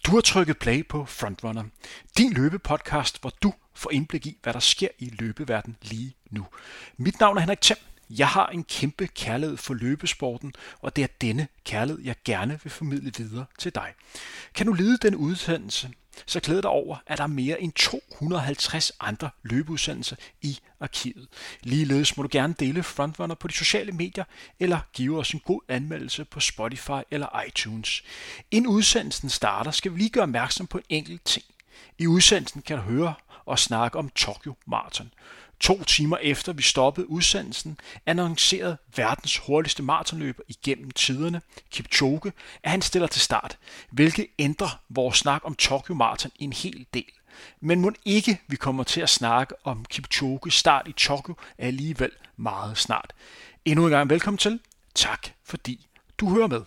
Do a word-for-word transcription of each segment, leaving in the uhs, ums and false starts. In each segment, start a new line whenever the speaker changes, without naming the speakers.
Du har trykket play på Frontrunner, din løbepodcast, hvor du får indblik i, hvad der sker i løbeverdenen lige nu. Mit navn er Henrik Thiem. Jeg har en kæmpe kærlighed for løbesporten, og det er denne kærlighed, jeg gerne vil formidle videre til dig. Kan du lide den udsendelse, så glæder dig over, at der er mere end to hundrede og halvtreds andre løbeudsendelser i arkivet. Ligeledes må du gerne dele Frontrunner på de sociale medier, eller give os en god anmeldelse på Spotify eller iTunes. Inden udsendelsen starter, skal vi lige gøre opmærksom på en enkelt ting. I udsendelsen kan du høre og snakke om Tokyo Marathon. To timer efter vi stoppede udsendelsen, annoncerede verdens hurtigste maratonløber igennem tiderne, Kipchoge, at han stiller til start, hvilket ændrer vores snak om Tokyo Marathon en hel del. Men må ikke vi kommer til at snakke om Kipchoge start i Tokyo alligevel meget snart. Endnu en gang velkommen til. Tak fordi du hører med.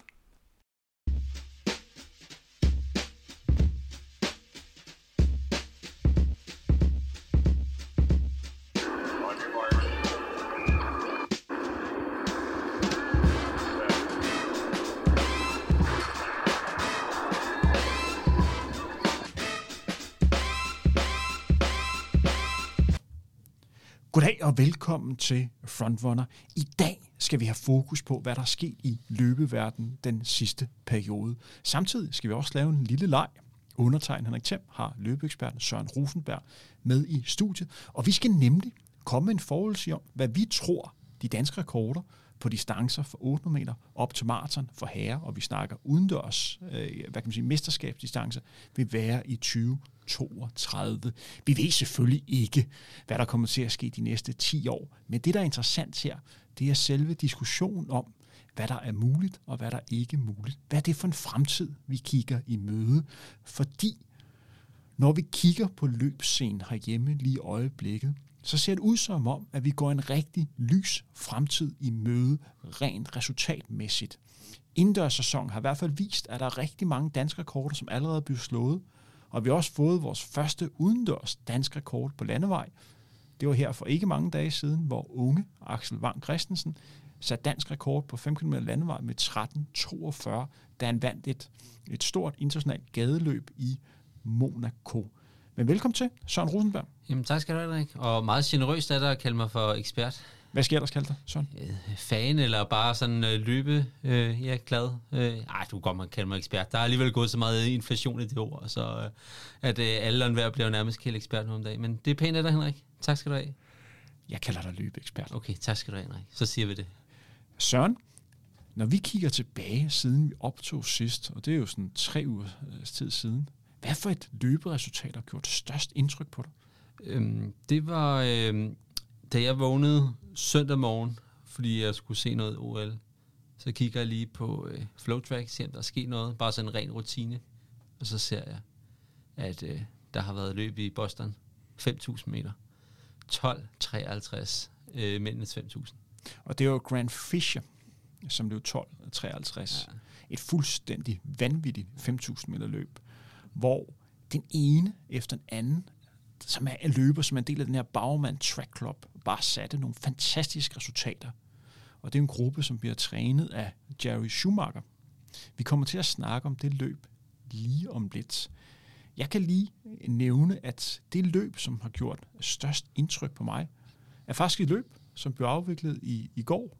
Goddag og velkommen til Frontrunner. I dag skal vi have fokus på, hvad der er sket i løbeverdenen den sidste periode. Samtidig skal vi også lave en lille leg. Undertegnet Henrik Thiem har løbeeksperten Søren Rosenberg med i studiet. Og vi skal nemlig komme med en forudsigelse om, hvad vi tror, de danske rekorder på distancer fra otte hundrede meter op til maraton for herrer, og vi snakker udendørs, øh, hvad kan man sige, mesterskabsdistancer, vil være i tyve toogtredive. Vi ved selvfølgelig ikke, hvad der kommer til at ske de næste ti år, men det, der er interessant her, det er selve diskussionen om, hvad der er muligt, og hvad der ikke er muligt. Hvad er det for en fremtid, vi kigger i møde? Fordi, når vi kigger på løbsscenen herhjemme lige i øjeblikket, så ser det ud som om, at vi går en rigtig lys fremtid i møde, rent resultatmæssigt. Indendørssæsonen har i hvert fald vist, at der er rigtig mange danske rekorder, som allerede er blevet slået, og vi har også fået vores første udendørs dansk rekord på landevej. Det var her for ikke mange dage siden, hvor unge Axel Vang Christensen satte dansk rekord på fem kilometer landevej med tretten toogfyrre, da han vandt et, et stort internationalt gadeløb i Monaco. Men velkommen til, Søren Rosenberg.
Jamen tak skal du have, Erik. Og meget generøst er der at kalde mig for ekspert.
Hvad sker der, skal dig, Søren?
Øh, fan eller bare sådan øh, løbe, øh, jeg er glad. Øh, ej, du kan godt kalde mig ekspert. Der er alligevel gået så meget inflation i det ord, så øh, at øh, alle og enhver bliver nærmest kaldt ekspert nu om dagen. Men det er pænt af dig, Henrik. Tak skal du have.
Jeg kalder dig løbeekspert.
Okay, tak skal du have, Henrik. Så siger vi det.
Søren, når vi kigger tilbage, siden vi optog sidst, og det er jo sådan tre uger tid siden, hvad for et løberesultat har gjort størst indtryk på dig?
Øhm, det var, øhm, da jeg vågnede søndag morgen, fordi jeg skulle se noget O L. Så kigger jeg lige på øh, Flowtrack, ser om der er sket noget. Bare sådan en ren rutine. Og så ser jeg, at øh, der har været løb i Boston. fem tusind meter. tolv treoghalvtreds øh, mændenes fem tusind.
Og det var Grant Fisher, som blev tolv treoghalvtreds. Ja. Et fuldstændig vanvittigt fem tusind meter løb, hvor den ene efter den anden, som er løber, som er en del af den her Bagmand Track Club, bare satte nogle fantastiske resultater. Og det er en gruppe, som bliver trænet af Jerry Schumacher. Vi kommer til at snakke om det løb lige om lidt. Jeg kan lige nævne, at det løb, som har gjort størst indtryk på mig, er faktisk et løb, som blev afviklet i, i går.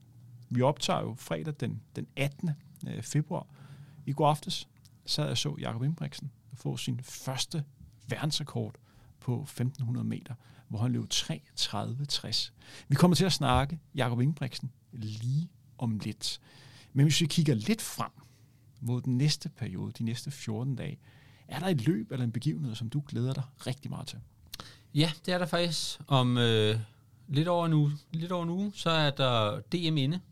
Vi optager jo fredag den, den attende februar. I går aftes sad jeg så Jakob Ingebrigtsen få sin første verdensrekord på femten hundrede meter, hvor han løb tre tredive tres. Vi kommer til at snakke Jakob Ingebrigtsen lige om lidt. Men hvis vi kigger lidt frem mod den næste periode, de næste fjorten dage, er der et løb eller en begivenhed, som du glæder dig rigtig meget til?
Ja, det er der faktisk. Om øh, lidt over en uge, lidt over en uge, så er der D M inde,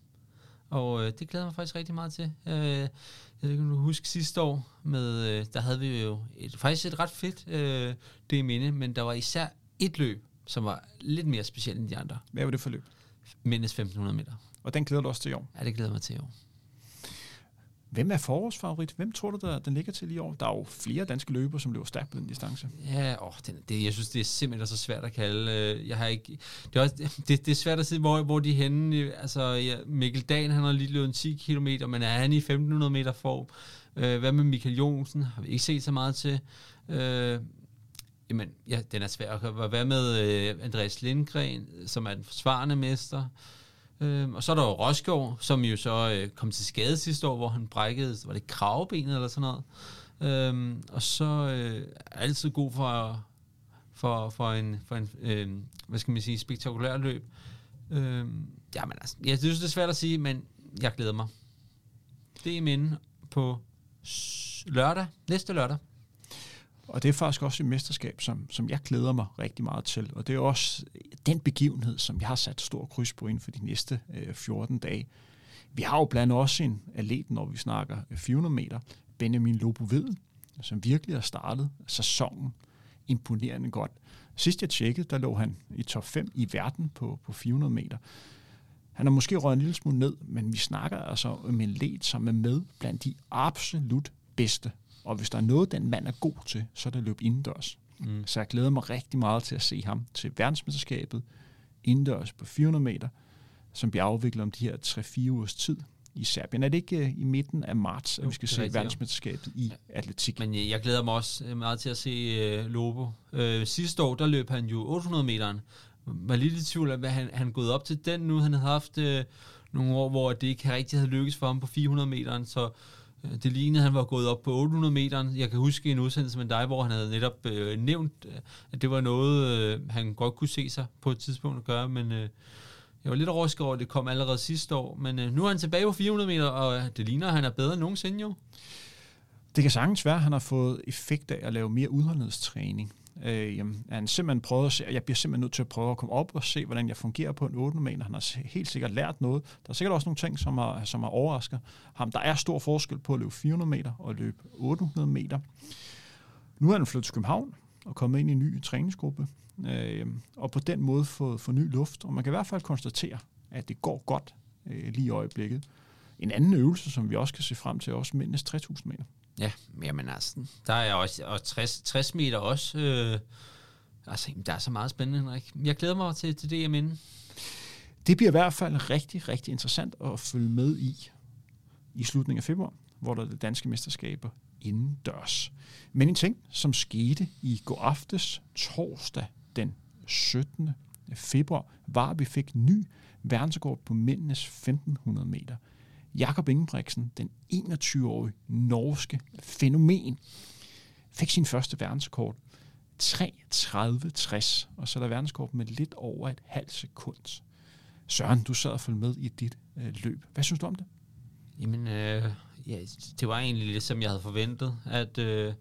og øh, det glæder mig faktisk rigtig meget til. Øh, jeg ved ikke, om du husker sidste år, med, øh, der havde vi jo et, faktisk et ret fedt øh, D M inde, men der var især et løb, som var lidt mere specielt end de andre.
Hvad var det for løb?
Mændenes femten hundrede meter.
Og den glæder du også til i år?
Ja, det glæder mig til i år.
Hvem er forårsfavorit? Hvem tror du, der den ligger til i år? Der er jo flere danske løbere, som løber stærkt på den distance.
Ja, åh, det, det, jeg synes, det er simpelthen så svært at kalde. Jeg har ikke, det, er også, det, det er svært at se, hvor, hvor de er henne. Altså, ja, Mikkel Dahl, han har lige løbet ti kilometer, men er han i femten hundrede meter form? Øh, hvad med Michael Jonsen? Har vi ikke set så meget til. Øh, jamen, ja, den er svær. Hvad med øh, Andreas Lindgren, som er den forsvarende mester? Øhm, og så er der jo Rosgaard, som jo så øh, kom til skade sidste år, hvor han brækkede, var det kravebenet eller sådan noget. Øhm, og så øh, er altid god for, for, for en, for en øh, hvad skal man sige, spektakulær løb. Øhm, jamen altså, jeg synes, det er svært at sige, men jeg glæder mig. Det er minde på lørdag, næste lørdag.
Og det er faktisk også et mesterskab, som, som jeg glæder mig rigtig meget til. Og det er også den begivenhed, som jeg har sat stor kryds på inden for de næste øh, fjorten dage. Vi har jo blandt også en atlet, når vi snakker fire hundrede meter, Benjamin Lobo Vedel, som virkelig har startet sæsonen imponerende godt. Sidst jeg tjekkede, der lå han i top fem i verden på, på fire hundrede meter. Han har måske røget en lille smule ned, men vi snakker altså om en atlet, som er med blandt de absolut bedste. Og hvis der er noget, den mand er god til, så er det løb indendørs. Mm. Så jeg glæder mig rigtig meget til at se ham til verdensmesterskabet indendørs på fire hundrede meter, som bliver afviklet om de her tre fire ugers tid i Serbien. Er det ikke uh, i midten af marts, at jo, vi skal se rigtigt, verdensmesterskabet i ja. atletik?
Men jeg glæder mig også meget til at se uh, Lobo. Uh, sidste år, der løb han jo otte hundrede meteren. Var lidt i tvivl af, hvad han, han gået op til den nu. Han havde haft uh, nogle år, hvor det ikke rigtig havde lykkes for ham på fire hundrede meteren, så det lignede, han var gået op på otte hundrede meteren. Jeg kan huske en udsendelse med dig, hvor han havde netop øh, nævnt, at det var noget, øh, han godt kunne se sig på et tidspunkt at gøre, men øh, jeg var lidt overrasket over, at det kom allerede sidste år. Men øh, nu er han tilbage på fire hundrede meter, og det ligner, at han er bedre end nogensinde jo.
Det kan sagtens være, at han har fået effekt af at lave mere udholdenhedstræning. Øh, jamen, han simpelthen prøvet at se, jeg bliver simpelthen nødt til at prøve at komme op og se, hvordan jeg fungerer på en otte hundrede meter. Han har helt sikkert lært noget. Der er sikkert også nogle ting, som har, som har overrasket ham. Der er stor forskel på at løbe fire hundrede meter og løbe otte hundrede meter. Nu er han flyttet til København og kommet ind i en ny træningsgruppe, øh, og på den måde fået for ny luft. Og man kan i hvert fald konstatere, at det går godt øh, lige i øjeblikket. En anden øvelse, som vi også kan se frem til, er også mindst tre tusind meter.
Ja, jamen altså, der er også og tres, tres meter også. Øh, altså, der er så meget spændende, Henrik. Jeg glæder mig til, til det, jeg mener.
Det bliver i hvert fald rigtig, rigtig interessant at følge med i i slutningen af februar, hvor der er det danske mesterskaber indendørs. Men en ting, som skete i går aftes, torsdag den syttende februar, var, at vi fik ny verdensrekord på mændenes femten hundrede meter. Jakob Ingebrigtsen, den enogtyve-årige norske fænomen, fik sin første verdensrekord tre tredive tres, og så er der verdensrekord med lidt over et halvt sekund. Søren, du sad og følte med i dit øh, løb. Hvad synes du om det?
Jamen, øh, ja, det var egentlig lidt, som jeg havde forventet, at, øh,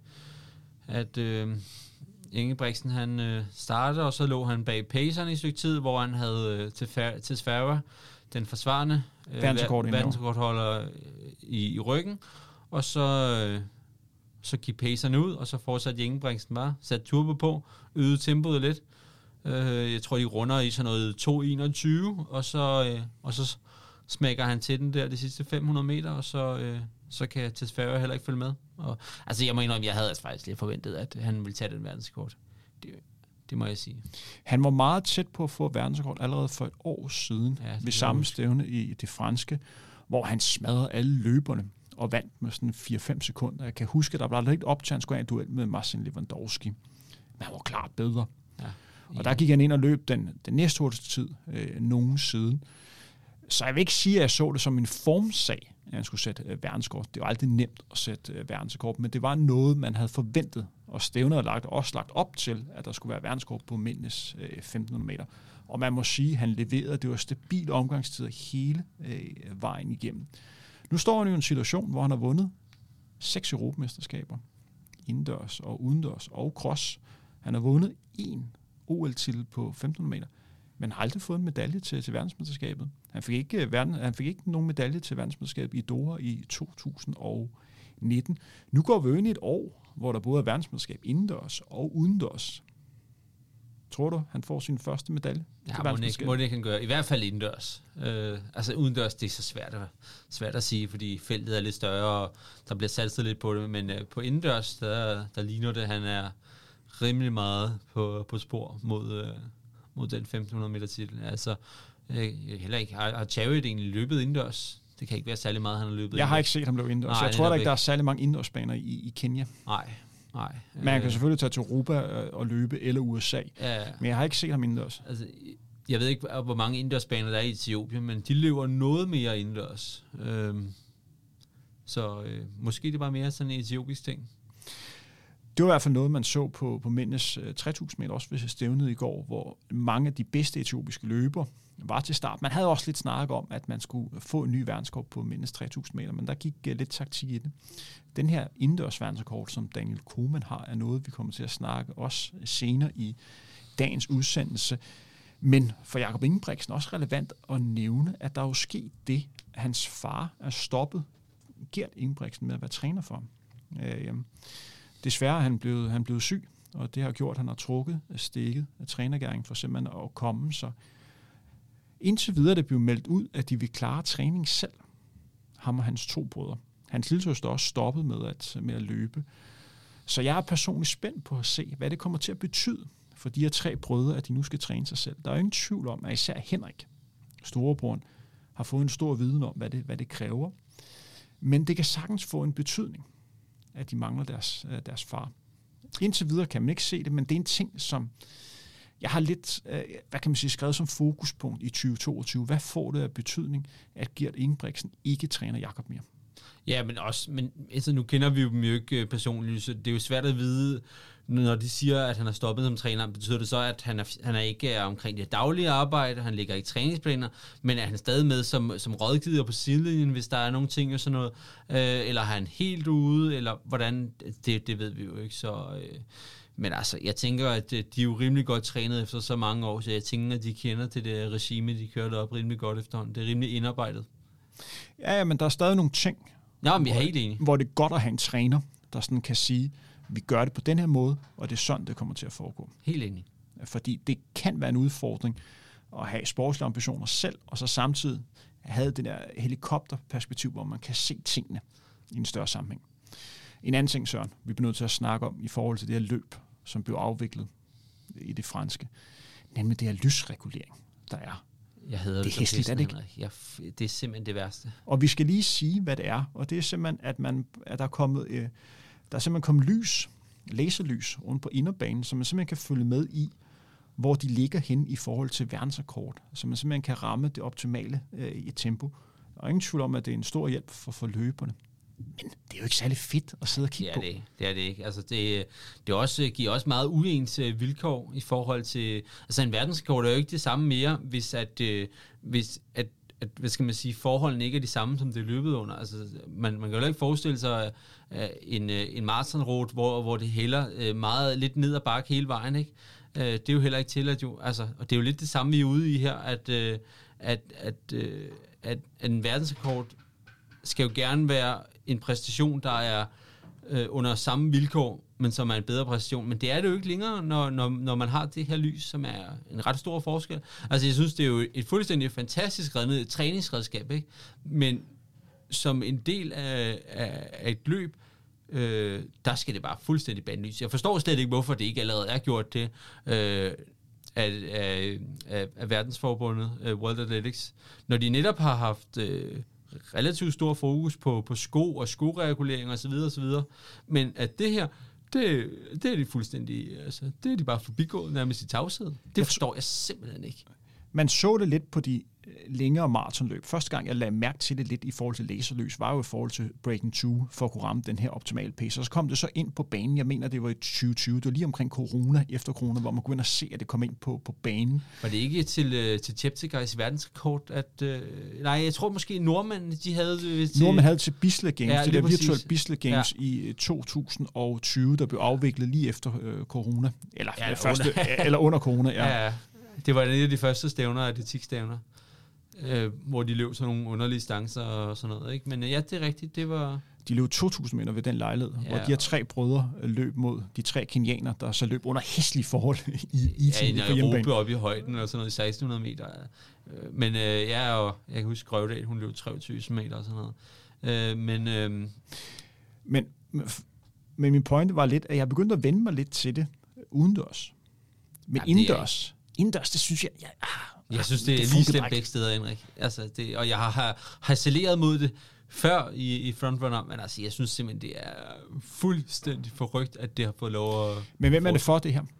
at øh, Ingebrigtsen han øh, startede, og så lå han bag pacerne i et stykke tid, hvor han havde øh, til, fær- til Sverre den forsvarende øh, verdensrekordholder i, i ryggen, og så, øh, så gik pacerne ud, og så fortsatte Ingebrigtsen bare, satte turbo på, øgede tempoet lidt. Øh, jeg tror, de runder i sådan noget to enogtyve, og så, øh, og så smækker han til den der de sidste fem hundrede meter, og så, øh, så kan Tesfaye heller ikke følge med. Og, altså, jeg må indrømme, jeg havde altså faktisk lidt forventet, at han ville tage den verdensrekord. Det, det må jeg sige.
Han var meget tæt på at få verdensrekord allerede for et år siden, ja, ved samme stævne i det franske, hvor han smadrede alle løberne og vandt med sådan fire fem sekunder. Jeg kan huske, at der var lidt op til, at han skulle have en duel med Marcin Lewandowski. Men han var klart bedre. Ja, og der gik han ind og løb den, den næste hurtigste tid øh, nogen siden. Så jeg vil ikke sige, at jeg så det som en formsag, at han skulle sætte øh, verdensrekord. Det var aldrig nemt at sætte øh, verdensrekord, men det var noget, man havde forventet, og stævnet havde lagt, også lagt op til, at der skulle være verdensrekord på mindst øh, femten hundrede meter. Og man må sige, at han leverede. Det var stabil omgangstider hele øh, vejen igennem. Nu står han i en situation, hvor han har vundet seks europamesterskaber, indendørs og udendørs og cross. Han har vundet en O L-titel på femten hundrede meter, men har aldrig fået en medalje til, til verdensmesterskabet. Han fik, ikke, verden, han fik ikke nogen medalje til verdensmesterskabet i Doha i to tusind nitten. Nu går vi ind i et år, hvor der både er verdensmesterskab indendørs og udendørs. Tror du, han får sin første medalje?
Ja, må ikke, må ikke han gøre. I hvert fald indendørs. Øh, altså udendørs, det er så svært at, svært at sige, fordi feltet er lidt større, og der bliver satset lidt på det. Men øh, på indendørs, der, der ligner det, han er rimelig meget på, på spor mod, øh, mod den femten hundrede meter titel. Altså, øh, heller ikke. Har, har Chariot egentlig løbet indendørs? Det kan ikke være særlig meget, han har løbet.
Jeg har ikke set ham løbe indendørs. Nej, jeg tror da ikke, der er særlig mange indendørsbaner i, i Kenya.
Nej. Nej.
Man kan selvfølgelig tage til Europa og løbe, eller U S A,
ja,
men jeg har ikke set ham indendørs.
Altså, jeg ved ikke, hvor mange indendørsbaner der er i Etiopien, men de løber noget mere indendørs. Øhm, så øh, måske det er bare mere sådan en etiopisk ting.
Det var i hvert fald noget, man så på, på mændenes uh, tre tusind meter, også ved stævnet i går, hvor mange af de bedste etiopiske løber var til start. Man havde også lidt snakket om, at man skulle få en ny verdensrekord på mændenes tre tusind meter, men der gik uh, lidt taktik i det. Den her indendørs verdensrekord, som Daniel Koeman har, er noget, vi kommer til at snakke også senere i dagens udsendelse. Men for Jakob Ingebrigtsen er også relevant at nævne, at der er jo sket det, at hans far er stoppet Gert Ingebrigtsen med at være træner for ham. Uh, Desværre er han blevet, han blevet syg, og det har gjort, at han har trukket stikket af trænergæringen for simpelthen at komme. Så indtil videre er det blevet meldt ud, at de vil klare træning selv, ham og hans to brødre. Hans lillesøster er også stoppet med at, med at løbe. Så jeg er personligt spændt på at se, hvad det kommer til at betyde for de her tre brødre, at de nu skal træne sig selv. Der er jo ingen tvivl om, at især Henrik, storebroren, har fået en stor viden om, hvad det, hvad det kræver. Men det kan sagtens få en betydning, at de mangler deres, deres far. Indtil videre kan man ikke se det, men det er en ting, som jeg har lidt, hvad kan man sige, skrevet som fokuspunkt i tyve toogtyve. Hvad får det af betydning, at Gert Ingebrigtsen ikke træner Jakob mere?
Ja, men også, men altså, nu kender vi jo dem jo ikke personligt, så det er jo svært at vide, når de siger, at han har stoppet som træner, betyder det så, at han er, han er ikke er omkring det daglige arbejde, han ligger ikke træningsplaner, men er han stadig med som, som rådgiver på sidelinjen, hvis der er nogle ting og sådan noget, øh, eller er han helt ude, eller hvordan, det, det ved vi jo ikke, så... Øh, men altså, jeg tænker, at de er jo rimelig godt trænet efter så mange år, så jeg tænker, at de kender til det regime, de kørte op rimelig godt efterhånden. Det er rimelig indarbejdet.
Ja, ja, men der er stadig nogle ting,
ja, men vi er helt enige,
hvor det er godt at have en træner, der sådan kan sige, vi gør det på den her måde, og det er sådan, det kommer til at foregå.
Helt enig.
Fordi det kan være en udfordring at have sportslige ambitioner selv, og så samtidig have det der helikopterperspektiv, hvor man kan se tingene i en større sammenhæng. En anden ting, Søren, vi bliver nødt til at snakke om i forhold til det her løb, som blev afviklet i det franske, nemlig det her lysregulering, der er.
Jeg hader det,
det er hæsligt, er det ikke?
Jeg, det er simpelthen det værste.
Og vi skal lige sige, hvad det er, og det er simpelthen, at, man, at der er kommet... Øh, Der er simpelthen kommet lys, laserlys rundt på inderbanen, så man simpelthen kan følge med i, hvor de ligger hen i forhold til verdensrekord, så man simpelthen kan ramme det optimale øh, i tempo. Og ingen tvivl om, at det er en stor hjælp for, for løberne. Men det er jo ikke særlig fedt at sidde og kigge
det er
på.
Det, det er det ikke. Altså det, det også, giver også meget uens vilkår i forhold til... Altså en verdensrekord er jo ikke det samme mere, hvis at... Øh, hvis at at, hvad skal man sige, forholdene ikke er de samme, som det er løbet under. Altså, man, man kan jo ikke forestille sig uh, en, uh, en maratonrute, hvor, hvor det hælder uh, meget lidt ned ad bakke hele vejen, ikke? Uh, det er jo heller ikke til, at jo, altså, og det er jo lidt det samme, vi er ude i her, at, uh, at, at, uh, at, at en verdensrekord skal jo gerne være en præstation, der er uh, under samme vilkår, men som er en bedre præstation. Men det er det jo ikke længere, når, når, når man har det her lys, som er en ret stor forskel. Altså, jeg synes, det er jo et fuldstændig fantastisk rednet træningsredskab, ikke? Men som en del af, af, af et løb, øh, der skal det bare fuldstændig bandlys. Jeg forstår slet ikke, hvorfor det ikke allerede er gjort det øh, af, af, af, af verdensforbundet, uh, World Athletics, når de netop har haft... Øh, relativt stor fokus på, på sko og skoregulering og så videre og så videre. Men at det her, det, det er de fuldstændig, altså, det er de bare forbigået nærmest i tavshed. Det forstår jeg simpelthen ikke.
Man så det lidt på de længere maratonløb. Første gang, jeg lagde mærke til det lidt i forhold til laserlys, var jo i forhold til Breaking to for at kunne ramme den her optimale pace. Og så kom det så ind på banen. Jeg mener, det var i tyve tyve. Det var lige omkring corona, efter corona, hvor man kunne ind og se, at det kom ind på, på banen.
Var det ikke til, til Cheptegei's verdensrekord, at... Øh, nej, jeg tror måske nordmændene, de havde... Til,
Nordmænd havde til Bislett Games,
ja,
det der virtuelle Bislett Games
ja.
i to tusind og tyve, der blev afviklet lige efter øh, corona. Eller,
ja,
første, under. eller under corona, ja.
ja, ja. Det var en af de første stævner, atletikstævner, øh, hvor de løb sådan nogle underlige stancer og sådan noget, ikke? Men ja, det er rigtigt, det var...
De løb to tusind meter ved den lejlighed, ja, hvor de her tre brødre løb mod de tre kenianer, der så løb under hæslige forhold i, i
ja, i Europa oppe i højden, og sådan noget i seksten hundrede meter. Men øh, ja, og jeg kan huske Grøvdal, hun løb tre tusind meter og sådan noget. Øh, men, øh,
men, men min pointe var lidt, at jeg begyndte at vende mig lidt til det udendørs. Men ja, indendørs, indendørs, det synes jeg... Ja, ah,
jeg synes, det, det er lige slemt begge steder, Henrik. Altså, det, og jeg har, har harceleret mod det før i, i frontrunner, men altså, jeg synes simpelthen, det er fuldstændig forrygt, at det har fået lov at...
Men hvem er det for, det her?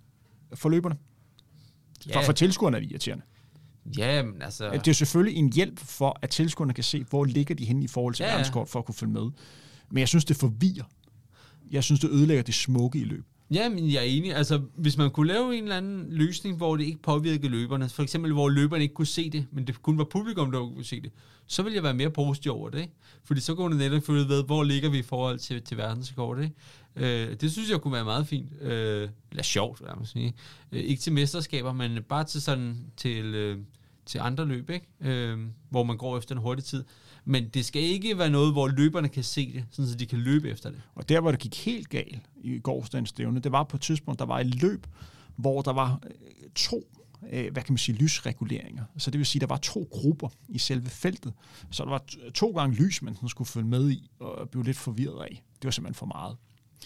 For løberne? Ja. For, for tilskuerne er det irriterende.
Ja, men altså...
Det er selvfølgelig en hjælp for, at tilskuerne kan se, hvor ligger de henne i forhold til ja, verdenskort, for at kunne følge med. Men jeg synes, det forvirrer. Jeg synes, det ødelægger det smukke i løb.
Ja, men jeg er enig. Altså, hvis man kunne lave en eller anden løsning, hvor det ikke påvirker løberne, for eksempel, hvor løberne ikke kunne se det, men det kun var publikum, der kunne se det, så ville jeg være mere positiv over det, ikke? Fordi så kunne det netop følge ved, hvor ligger vi i forhold til, til verdenskort, ikke? Øh, det synes jeg kunne være meget fint. Øh, eller sjovt, lad mig sige. Øh, ikke til mesterskaber, men bare til sådan, til, øh, til andre løb, ikke? Øh, hvor man går efter en hurtig tid. Men det skal ikke være noget, hvor løberne kan se det, sådan så de kan løbe efter det.
Og der, hvor det gik helt galt i gårsdagens stævne, det var på et tidspunkt, der var et løb, hvor der var to, hvad kan man sige, lysreguleringer. Så det vil sige, der var to grupper i selve feltet. Så der var to gange lys, man skulle følge med i, og blive lidt forvirret af. Det var simpelthen for meget.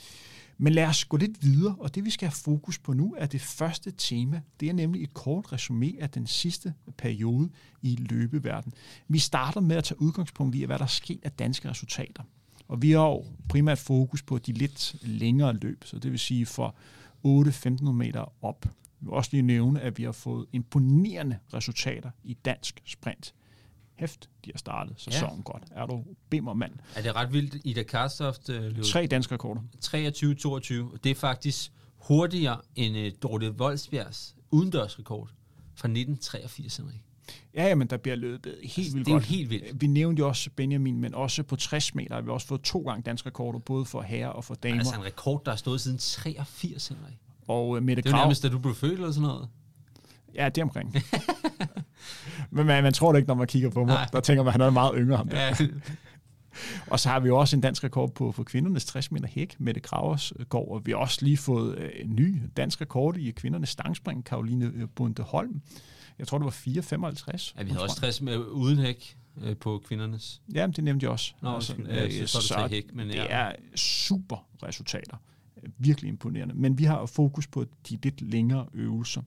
Men lad os gå lidt videre, og det vi skal have fokus på nu er det første tema. Det er nemlig et kort resumé af den sidste periode i løbeverdenen. Vi starter med at tage udgangspunkt i, hvad der er sket af danske resultater. Og vi har jo primært fokus på de lidt længere løb, så det vil sige fra otte til femten hundrede meter op. Vi vil også lige nævne, at vi har fået imponerende resultater i dansk sprint. Hæft, de har startet sæsonen ja. godt. Er du bimmermand?
Er det ret vildt? Ida Karstoft øh, løb
tre danske rekorder.
treogtyve toogtyve. Det er faktisk hurtigere end øh, Dorte Voldsbjergs udendørsrekord fra nitten treogfirs, Henrik.
Ja, men der bliver løbet helt
altså,
vildt
det er
godt.
Jo helt vildt.
Vi nævnte jo også Benjamin, men også på tres meter har vi også fået to gange danske rekorder, både for herrer og for damer.
Altså en rekord, der har stået siden treogfirs, Henrik.
Og uh, Mette
det er
Krav...
jo nærmest, da du blev født eller sådan noget.
Ja, det er omkring. Men man, man tror det ikke, når man kigger på mig. Nej. Der tænker man, at han er meget yngre ham der. Ja. Og så har vi også en dansk rekord på for kvindernes tres meter hæk. Mette Gravers går, og vi har også lige fået en ny dansk rekord i kvindernes stangspring, Caroline Bonde Holm. Jeg tror, det var fire femoghalvtreds.
Ja, vi havde også tres med uden hæk øh, på kvindernes.
Ja, det nævnte jeg også.
Nå, altså, ja, så, så det, hæk, men
det
ja.
er super resultater. Virkelig imponerende. Men vi har fokus på de lidt længere øvelser.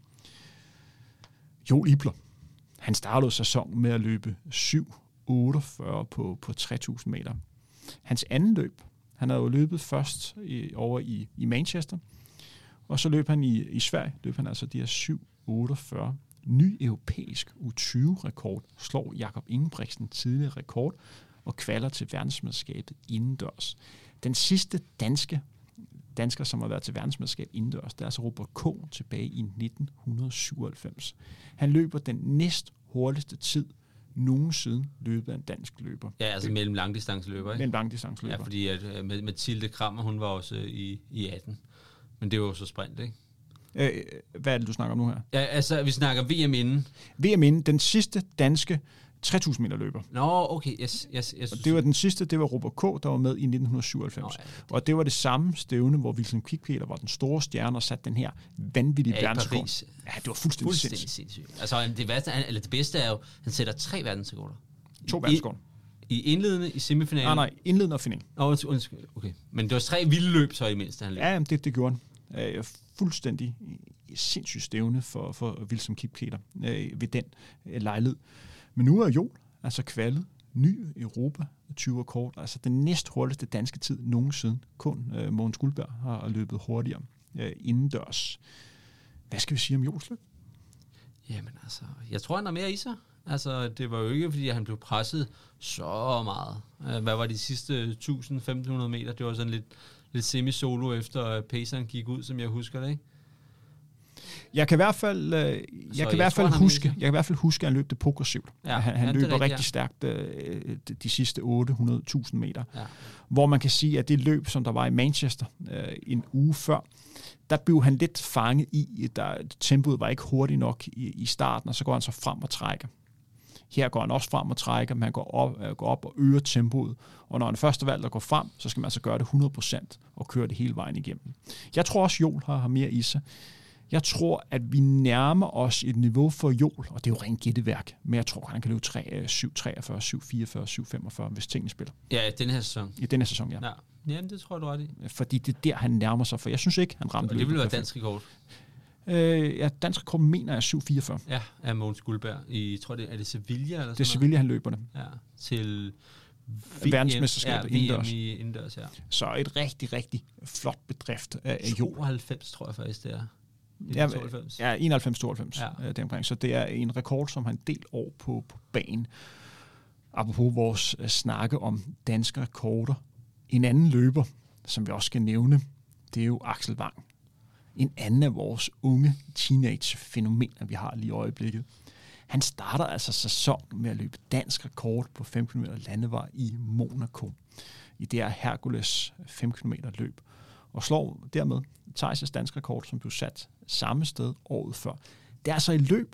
Joel Ibler, han startede sæsonen med at løbe syv otteogfyrre på, på tre tusind meter. Hans anden løb, han havde jo løbet først i, over i, i Manchester, og så løb han i, i Sverige, løb han altså de her syv otteogfyrre. Ny europæisk U tyve-rekord slår Jakob Ingebrigtsen tidligere rekord og kvalder til verdensmesterskabet indendørs. Den sidste danske dansker, som har været til verdensmesterskab indendørs, det er altså Robert K. tilbage i nitten syvoghalvfems. Han løber den næst hurtigste tid nogensinde løbet af en dansk løber.
Ja, altså mellem langdistanceløber, ikke?
Mellem langdistanceløber.
Ja, fordi at, med Mathilde Krammer, hun var også i, i atten. Men det var jo så sprint, ikke?
Øh, hvad er det, du snakker om nu her?
Ja, altså, vi snakker V M inden.
V M inden, den sidste danske tre tusind meter løber.
Nå, okay, yes, yes, yes.
Og det var den sidste, det var Robert K., der var med i nitten syvoghalvfems. Nå, ja, det... Og det var det samme stævne, hvor Wilhelm Kipketer var den store stjerne og satte den her vanvittige
ja,
verdensrekord. Ja, det var fuldstændig,
fuldstændig sindssygt. Altså, det, værste, eller det bedste er jo, han sætter tre verdensrekorder.
To verdensrekorder.
I, I indledende, i semifinalen?
Nej, nej, indledende og final.
Nå, okay. Men det var tre vilde løb så i mindst, han løb.
Ja, det, det gjorde han. Uh, fuldstændig sindssygt stævne for, for Wilhelm Kipketer uh, ved den uh, lejlighed. Men nu er Joel altså kvalet ny Europa tyve rekord, altså den næst hurtigste danske tid nogensinde. Kun uh, Mogens Guldberg har løbet hurtigere uh, indendørs. Hvad skal vi sige om Joels løb?
Jamen altså, jeg tror, han har mere i sig. Altså, det var jo ikke, fordi han blev presset så meget. Hvad var de sidste tusind til femten hundrede meter? Det var sådan lidt, lidt semi-solo efter at paceren gik ud, som jeg husker det, ikke? Jeg
kan i hvert fald, øh, jeg kan jeg i hvert fald tror, huske, jeg kan i hvert fald huske, at han løb det progressivt. Ja, han han ja, løber rigtig, rigtig ja. stærkt øh, de, de sidste otte hundrede tusind meter. Ja. Hvor man kan sige, at det løb, som der var i Manchester øh, en uge før, der blev han lidt fanget i, der tempoet var ikke hurtigt nok i, i starten, og så går han så frem og trækker. Her går han også frem og trækker, men han går op, går op og øger tempoet. Og når han først er valgt at gå frem, så skal man altså gøre det hundrede procent og køre det hele vejen igennem. Jeg tror også, Jol har, har mere i sig. Jeg tror, at vi nærmer os et niveau for Jol, og det er jo rent gætteværk, men jeg tror, at han kan løbe syv treogfyrre, syv fireogfyrre, syv femogfyrre, hvis tingene spiller.
Ja, i den her sæson.
I den her sæson, ja.
ja. Jamen, det tror jeg, du ret i.
Fordi det er der, han nærmer sig, for jeg synes ikke, han ramte
løbet. Det ville være dansk rekord.
Øh, ja, dansk rekord mener jeg syv fireogfyrre.
Ja, af Mogens Guldberg. I, tror det er det Sevilla eller sådan
Det er Sevilla, han løber det.
Ja, til
verdensmesterskabet
ja,
indendørs.
I indendørs, ja.
Så et rigtig, rigtig flot bedrift af Jol.
tooghalvfems, tror jeg faktisk, det er.
Ja, ja, enoghalvfems tooghalvfems.
Ja.
Deromkring. Så det er en rekord, som har en del år på, på banen. Apropos vores snakke om danske rekorder. En anden løber, som vi også skal nævne, det er jo Axel Wang. En anden af vores unge teenage-fænomener, vi har lige i øjeblikket. Han starter altså sæsonen med at løbe dansk rekord på fem kilometer landevej i Monaco. I det her Hercules fem kilometer løb. Og slår dermed Theis' dansk rekord, som blev sat samme sted året før. Det er altså et løb,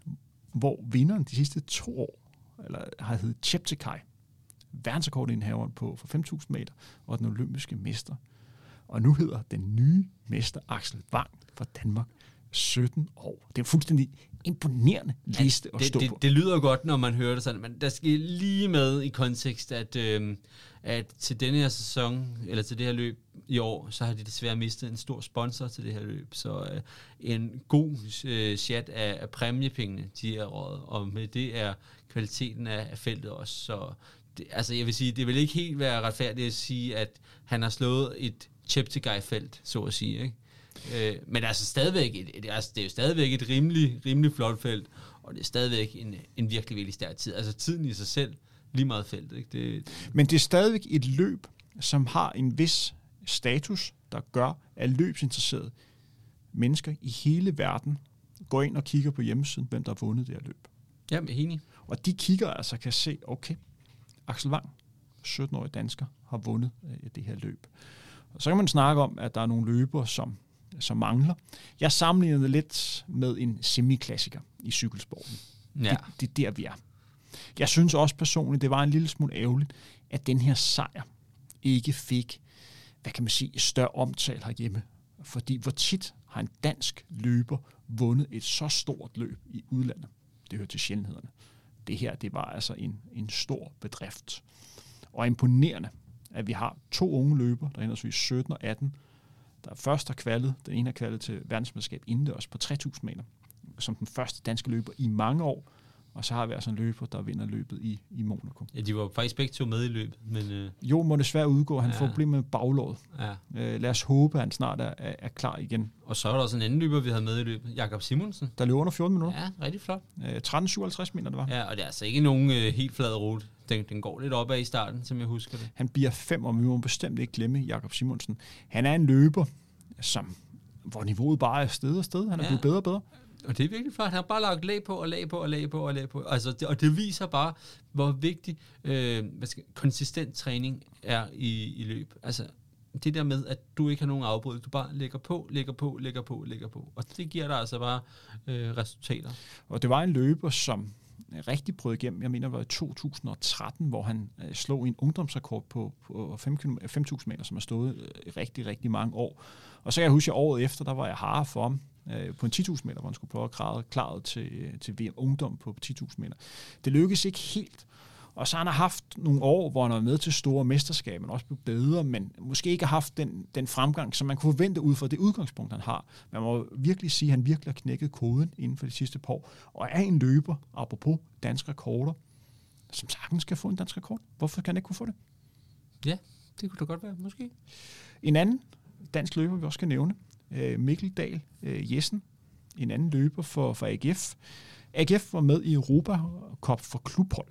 hvor vinderen de sidste to år eller har heddet Cheptegei, verdensrekordindhaveren på for fem tusind meter, og den olympiske mester. Og nu hedder den nye mester Axel Wang fra Danmark sytten år. Det er en fuldstændig imponerende liste at
det,
stå
det,
på.
Det lyder godt, når man hører det sådan, men der skal lige med i kontekst, at, øh, at til denne her sæson, eller til det her løb i år, så har de desværre mistet en stor sponsor til det her løb. Så øh, en god øh, chat af, af præmiepengene, de er råd, og med det er kvaliteten af, af feltet også. Så det, altså jeg vil sige, det vil ikke helt være retfærdigt at sige, at han har slået et Cheptegei-felt, så at sige, ikke? Øh, men altså stadigvæk et, et, altså det er jo stadigvæk et rimelig, rimelig flot felt, og det er stadigvæk en, en virkelig, virkelig stærk tid. Altså tiden i sig selv, lige meget feltet. Ikke? Det,
men det er stadigvæk et løb, som har en vis status, der gør, at løbsinteresserede mennesker i hele verden går ind og kigger på hjemmesiden, hvem der har vundet det her løb.
Ja, men enig.
Og de kigger altså kan se, okay, Axel Wang, sytten-årig dansker, har vundet øh, det her løb. Og så kan man snakke om, at der er nogle løbere, som som mangler. Jeg sammenligner det lidt med en semiklassiker i cykelsporten.
Ja.
Det, det er der, vi er. Jeg synes også personligt, det var en lille smule ærgerligt, at den her sejr ikke fik, hvad kan man sige, større omtale herhjemme. Fordi hvor tit har en dansk løber vundet et så stort løb i udlandet? Det hører til sjældenhederne. Det her, det var altså en, en stor bedrift. Og imponerende, at vi har to unge løber, der henholdsvis sytten og atten, der først har kvalet, den ene har kvalet til verdensmesterskab indendørs på tre tusind meter, som den første danske løber i mange år, og så har vi altså en løber, der vinder løbet i, i Monaco.
Ja, de var faktisk begge to med i løbet, men... Øh...
Jo, må desværre udgå, han
ja.
får problemer med baglåret.
Ja.
Øh, lad os håbe, at han snart er, er, er klar igen.
Og så er der også en anden løber, vi havde med i løbet, Jakob Simonsen.
Der løber under fjorten minutter.
Ja, rigtig flot.
Øh, tretten syvoghalvtreds mener det var.
Ja, og det er altså ikke nogen øh, helt flad rute. Den, den går lidt opad i starten, som jeg husker det.
Han bliver fem, og vi må bestemt ikke glemme Jakob Simonsen. Han er en løber, som, hvor niveauet bare er sted og sted. Han er ja. blevet bedre og bedre.
Og det er virkelig flot. Han har bare lagt lag på og lag på og lag på og lag på. Altså, det, og det viser bare, hvor vigtig øh, hvad skal, konsistent træning er i, i løb. Altså, det der med, at du ikke har nogen afbrud. Du bare lægger på, lægger på, lægger på, lægger på. Og det giver dig altså bare øh, resultater.
Og det var en løber, som rigtig brød igennem. Jeg mener, det var i to tusind og tretten, hvor han øh, slog en ungdomsrekord på, på fem tusind meter, som har stået øh, i rigtig, rigtig mange år. Og så kan jeg huske, at året efter, der var jeg hare for ham øh, på en ti tusind meter, hvor han skulle prøve at klare klaret til, til V M Ungdom på ti tusind meter. Det lykkedes ikke helt. Og så han har haft nogle år, hvor han var med til store mesterskaber, men også blev bedre, men måske ikke har haft den, den fremgang, som man kunne forvente ud fra det udgangspunkt, han har. Man må virkelig sige, at han virkelig har knækket koden inden for de sidste par år, og er en løber, apropos danske rekorder, som sagtens skal få en dansk rekord. Hvorfor kan han ikke kunne få det?
Ja, det kunne da godt være, måske.
En anden dansk løber, vi også skal nævne, Mikkel Dahl Jessen, en anden løber for, for A G F. A G F var med i Europa Cup for klubhold.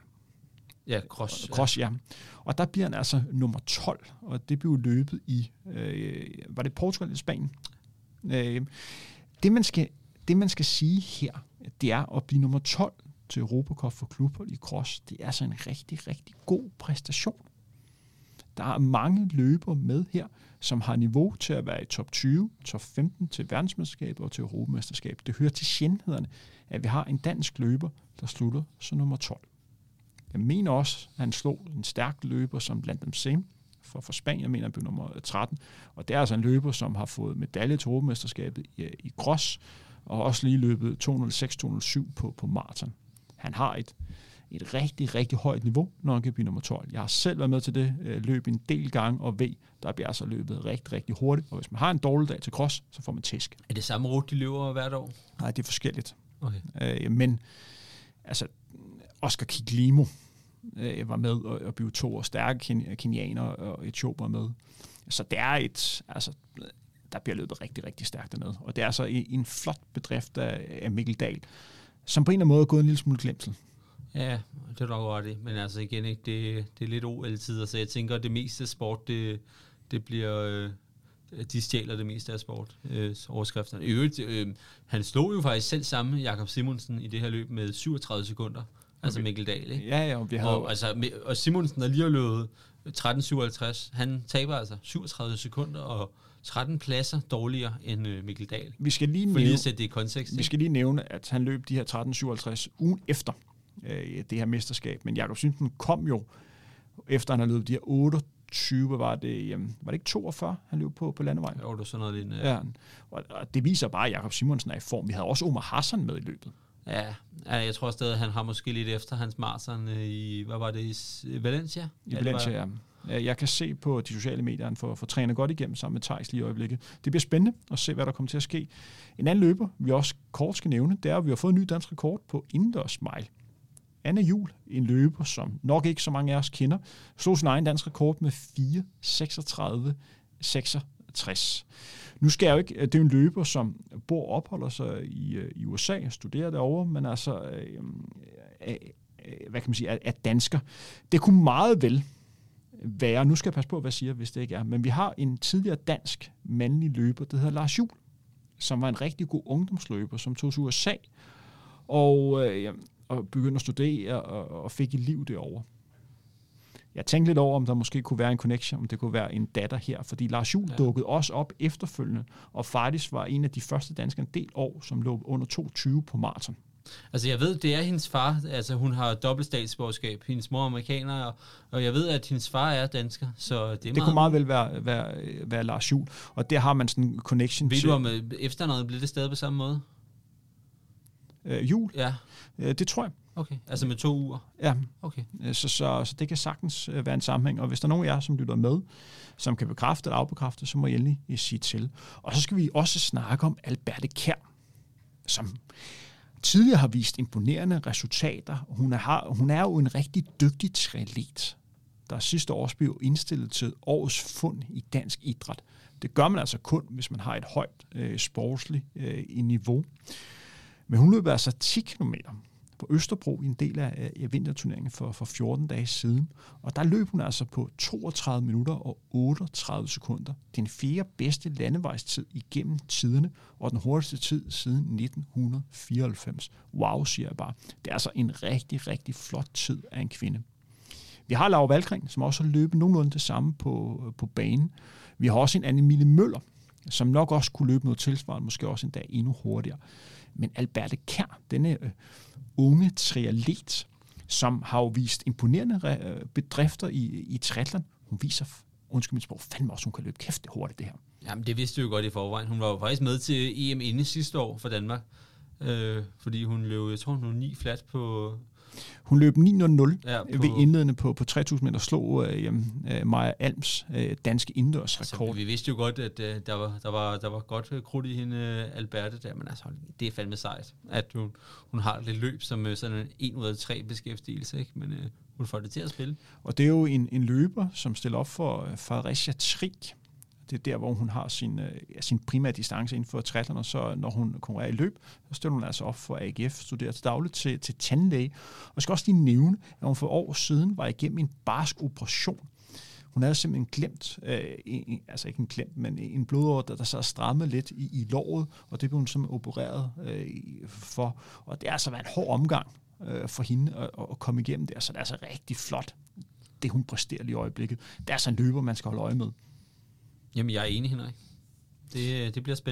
Ja, cross.
Cross, ja. Og der bliver han altså nummer tolv, og det blev løbet i, øh, var det Portugal eller Spanien? Øh, det, man skal, det, man skal sige her, det er at blive nummer tolv til Europa Cup for klubhold i cross. Det er altså en rigtig, rigtig god præstation. Der er mange løbere med her, som har niveau til at være i top tyve, top femten til verdensmesterskabet og til Europamesterskabet. Det hører til sjældenhederne, at vi har en dansk løber, der slutter som nummer tolv. Jeg mener også, at han slog en stærk løber som Landon Same for, for Spanien, jeg mener, han blev nummer tretten. Og det er altså en løber, som har fået medalje til Europamesterskabet i, i cross, og også lige løbet to nul seks to nul syv på, på maraton. Han har et, et rigtig, rigtig højt niveau, når han kan blive nummer tolv. Jeg har selv været med til det øh, løb en del gange, og ved, der bliver altså løbet rigtig, rigtig hurtigt. Og hvis man har en dårlig dag til cross, så får man tæsk.
Er det samme rute, de løber hvert år?
Nej, det er forskelligt.
Okay.
Øh, men altså, Oscar Kiglimo øh, var med, og, og blev to år stærke ken- kenianer, og Etiopier var med. Så det er et, altså, der bliver løbet rigtig, rigtig stærkt dernede. Og det er så en, en flot bedrift af, af Mikkel Dahl, som på en eller anden måde er gået en lille smule glemsel.
Ja, det er nok ret i. Men altså igen, ikke, det, det er lidt O L-tider, så jeg tænker, at det meste af sport, det, det bliver... Øh, de stjæler det meste af sport, øh, overskrifterne. I øvrigt, øh, han slog jo faktisk selv sammen Jakob Simonsen i det her løb med syvogtredive sekunder. Altså Mikkel Dahl, ikke?
Ja, ja, og vi havde...
Og, altså, og Simonsen, der lige har løbet tretten syvoghalvtreds, han taber altså syvogtredive sekunder og tretten pladser dårligere end øh, Mikkel Dahl.
Vi skal lige
For
nævne,
lige at sætte det i kontekst.
Vi skal lige nævne, at han løb de her tretten syvoghalvtreds ugen efter øh, det her mesterskab. Men Jakob Simonsen kom jo, efter han har løbet de her otteogtyve, var det, jamen, var det ikke toogfyrre, han løb på, på landevejen?
Jo, det var sådan noget lignende.
Ja, og, og det viser bare, at Jakob Simonsen er i form. Vi havde også Omar Hassan med i løbet.
Ja, jeg tror stadig, at han har måske lidt efter hans maraton i, hvad var det, i Valencia?
I Valencia, ja. Jeg kan se på de sociale medier, han får, får trænet godt igennem sammen med Theis lige i øjeblikket. Det bliver spændende at se, hvad der kommer til at ske. En anden løber, vi også kort skal nævne, det er, at vi har fået en ny dansk rekord på indendørs mile. Anna Juhl, en løber, som nok ikke så mange af os kender, slog sin egen dansk rekord med fire seksogtredive seksogtres. Nu skal jeg jo ikke, det er en løber, som bor og opholder sig i, i U S A og studerer derovre, men altså, øh, øh, øh, hvad kan man sige, er, er dansker. Det kunne meget vel være, nu skal jeg passe på, hvad jeg siger, hvis det ikke er, men vi har en tidligere dansk mandlig løber, der hedder Lars Juhl, som var en rigtig god ungdomsløber, som tog til U S A og, øh, og begyndte at studere og, og fik et liv derovre. Jeg tænkte lidt over, om der måske kunne være en connection, om det kunne være en datter her, fordi Lars Juhl ja. dukkede også op efterfølgende, og faktisk var en af de første danskere en del år, som lå under to tyve på maraton.
Altså jeg ved, det er hendes far, altså hun har dobbelt statsborgerskab, hendes mor er amerikaner, og, og jeg ved, at hendes far er dansker, så det er
Det
meget...
kunne meget vel være, være, være Lars Juhl, og der har man sådan en connection
ved
til...
Ved du, om efternavnet bliver det stadig på samme måde?
Øh, Juhl?
Ja.
Øh, det tror jeg.
Okay, altså med to uger?
Ja,
okay.
så, så, så det kan sagtens være en sammenhæng, og hvis der er nogen af jer, som lytter med, som kan bekræfte eller afbekræfte, så må I endelig sige til. Og så skal vi også snakke om Alberte Kjær, som tidligere har vist imponerende resultater. Hun er, hun er jo en rigtig dygtig triatlet, der sidste år blev indstillet til årets fund i dansk idræt. Det gør man altså kun, hvis man har et højt øh, sportsligt øh, niveau. Men hun løb altså ti kilometer på Østerbro i en del af, af vinterturneringen for, for fjorten dage siden. Og der løb hun altså på toogtredive minutter og otteogtredive sekunder. Den fjerde bedste landevejstid igennem tiderne, og den hurtigste tid siden nitten fireoghalvfems. Wow, siger jeg bare. Det er altså en rigtig, rigtig flot tid af en kvinde. Vi har Laura Valgren, som også har løbet nogenlunde det samme på, på banen. Vi har også en Anne-Mille Møller, som nok også kunne løbe noget tilsvarende, måske også endda endnu hurtigere. Men Alberte Kjær, denne øh, unge triatlet, som har jo vist imponerende øh, bedrifter i, i triathlon, hun viser, undskyld mit sprog, fandme også, hun kan løbe kæft hurtigt det her.
Jamen det vidste du jo godt i forvejen. Hun var jo faktisk med til E M inde sidste år for Danmark, øh, fordi hun løb, jeg tror hun løb ni flat på...
Hun løb ni nul nul
ja, på,
ved indledende på, på tre tusind meter, slog øh, øh, Maja Alms øh, danske indendørsrekord.
Altså, vi vidste jo godt, at øh, der, var, der, var, der var godt krudt i hende, Alberte, der, men altså, det er fandme sejt, at hun, hun har lidt løb som øh, sådan en en ud af tre beskæftigelse, ikke? Men øh, hun får det til at spille.
Og det er jo en, en løber, som stiller op for øh, Fredericia Trig. Det er der, hvor hun har sin, øh, sin primære distance inden for triathlon, og så når hun konkurrerer i løb, så stiller hun altså op for A G F, studerer til dagligt til, til tandlæge. Og jeg skal også lige nævne, at hun for år siden var igennem en barsk operation. Hun havde simpelthen glemt, øh, en, altså ikke en glemt, men en blodåre, der, der så strammet lidt i, i låret, og det blev hun simpelthen opereret øh, for. Og det er altså været en hård omgang øh, for hende at, at komme igennem det, så det er altså rigtig flot, det hun præsterer lige i øjeblikket. Det er altså en løber, man skal holde øje med.
Jamen, jeg er enig, Henrik. Det, det bliver spændende.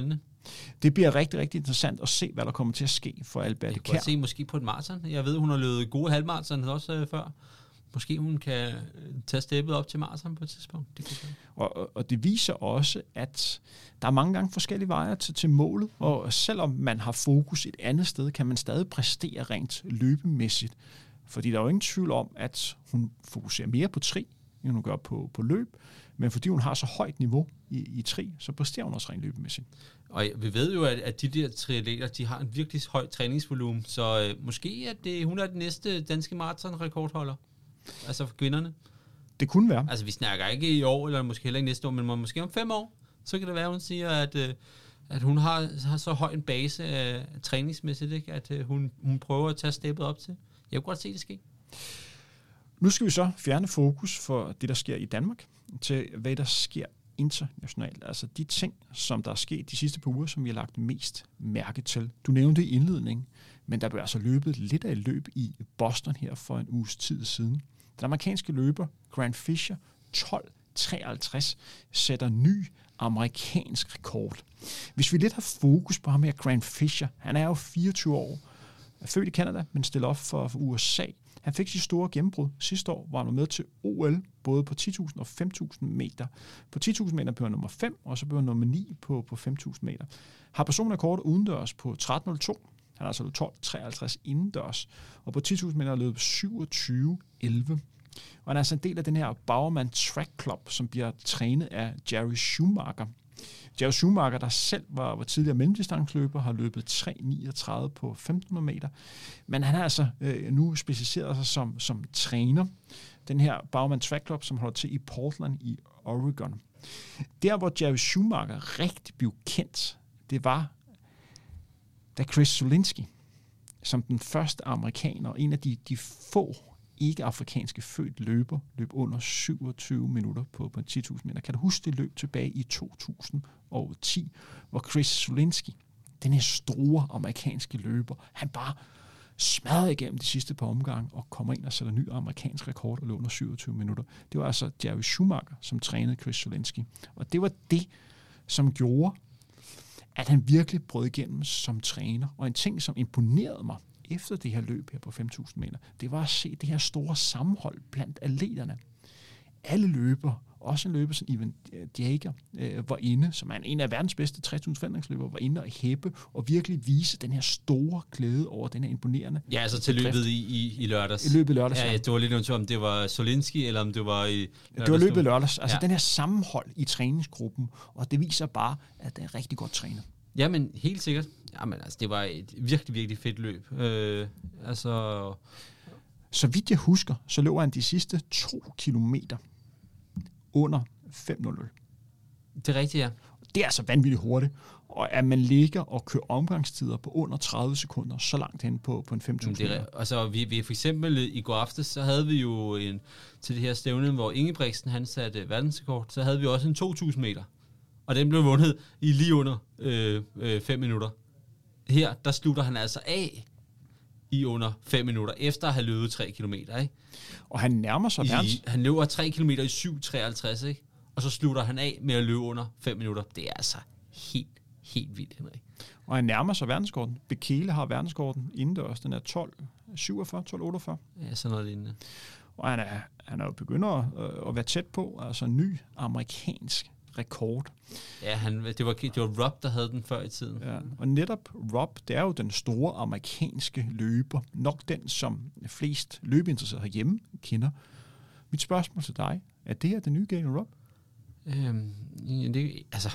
Det bliver rigtig, rigtig interessant at se, hvad der kommer til at ske for Alberte
Jeg
Kjær.
kan se måske på et maraton. Jeg ved, hun har løbet gode halvmaraton også øh, før. Måske hun kan tage steppet op til maraton på et tidspunkt. Det kan
og, og det viser også, at der er mange gange forskellige veje til, til målet, og selvom man har fokus et andet sted, kan man stadig præstere rent løbemæssigt. Fordi der er jo ingen tvivl om, at hun fokuserer mere på tri, end hun gør på, på løb, men fordi hun har så højt niveau i, i tri, så præsterer hun også rent løbemæssigt.
Og vi ved jo, at, at de der triatleter, de har en virkelig høj træningsvolumen, så øh, måske at det, hun er den næste danske maratonrekordholder. Altså for kvinderne.
Det kunne være.
Altså vi snakker ikke i år, eller måske heller ikke næste år, men måske om fem år, så kan det være, at hun siger, at, øh, at hun har, har så høj en base af træningsmæssigt, ikke? At øh, hun, hun prøver at tage steppet op til. Jeg kunne godt se det ske.
Nu skal vi så fjerne fokus for det, der sker i Danmark, til hvad der sker internationalt. Altså de ting, som der er sket de sidste par uger, som vi har lagt mest mærke til. Du nævnte i indledningen, men der blev altså løbet lidt af et løb i Boston her for en uges tid siden. Den amerikanske løber, Grant Fisher, tolv treoghalvtreds, sætter ny amerikansk rekord. Hvis vi lidt har fokus på ham her, Grant Fisher, han er jo fireogtyve år, er født i Canada, men stiller op for, for U S A. Han fik sit store gennembrud sidste år, hvor han var med til O L, både på ti tusind og fem tusind meter. På ti tusind meter blev han nummer fem, og så blev han nummer ni på, på fem tusind meter. Har personrekord udendørs på tretten nul to. Han har altså løbet tolv treoghalvtreds indendørs, og på ti tusind meter har løbet syvogtyve elleve. Og han er altså en del af den her Bowerman Track Club, som bliver trænet af Jerry Schumacher. Jerry Schumacher, der selv var, var tidligere mellemdistanceløber, har løbet tre niogtredive på femten hundrede meter. Men han har altså øh, nu specialiseret sig som, som træner. Den her Bowerman Track Club, som holder til i Portland i Oregon. Der, hvor Jerry Schumacher rigtig blev kendt, det var, da Chris Solinski, som den første amerikaner, en af de, de få ikke-afrikanske født løber, løb under syvogtyve minutter på, på ti tusind meter. Kan du huske det løb tilbage i to tusind og ti, hvor Chris Solinski, den her store amerikanske løber, han bare smadrede igennem de sidste par omgange og kommer ind og sætter ny amerikansk rekord og løb under syvogtyve minutter. Det var altså Jerry Schumacher, som trænede Chris Solinski. Og det var det, som gjorde, at han virkelig brød igennem som træner. Og en ting, som imponerede mig efter det her løb her på fem tusind meter, det var at se det her store sammenhold blandt atleterne. Alle løber, også en løber som Ivan Jager, øh, var inde, som er en af verdens bedste tre tusind fem-løbere, var inde og hæppe og virkelig vise den her store glæde over den her imponerende.
Ja, altså til løbet i, i, i lørdags.
I løbet i lørdags,
ja. Ja, det var lidt nødt om det var Solinski, eller om det var i lørdags.
Det var løbet i lørdags. Altså
ja.
Den her sammenhold i træningsgruppen, og det viser bare, at det er rigtig godt trænet.
Jamen, helt sikkert. Jamen, altså, det var et virkelig, virkelig fedt løb. Øh, altså...
Så vidt jeg husker, så løber han de sidste to kilometer under fem nul nul.
Det er rigtigt, ja.
Det er altså vanvittigt hurtigt. Og at man ligger og kører omgangstider på under tredive sekunder, så langt hen på, på en fem tusind meter.
Altså, vi, vi for eksempel i går aftes, så havde vi jo en, til det her stævne, hvor Ingebrigtsen, han satte verdensrekord, så havde vi også en to tusind meter. Og den blev vundet i lige under øh, øh, fem minutter. Her, der slutter han altså af i under fem minutter, efter at have løbet tre kilometer, ikke?
Og han nærmer sig verdens...
Han løber tre kilometer i syv treoghalvtreds, ikke? Og så slutter han af med at løbe under fem minutter. Det er altså helt, helt vildt, Henrik.
Og han nærmer sig verdensrekorden. Bekele har verdensrekorden indendørs. Den er tolv syvogfyrre, tolv otteogfyrre.
Ja, sådan noget lignende.
Og han er, han er jo begynder at, at være tæt på, altså en ny amerikansk rekord.
Ja, han, det, var, det var Rob, der havde den før i tiden.
Ja, og netop Rob, det er jo den store amerikanske løber. Nok den, som flest løbeinteresserede herhjemme kender. Mit spørgsmål til dig, er det her den nye Galen Rob?
Øhm, det, altså...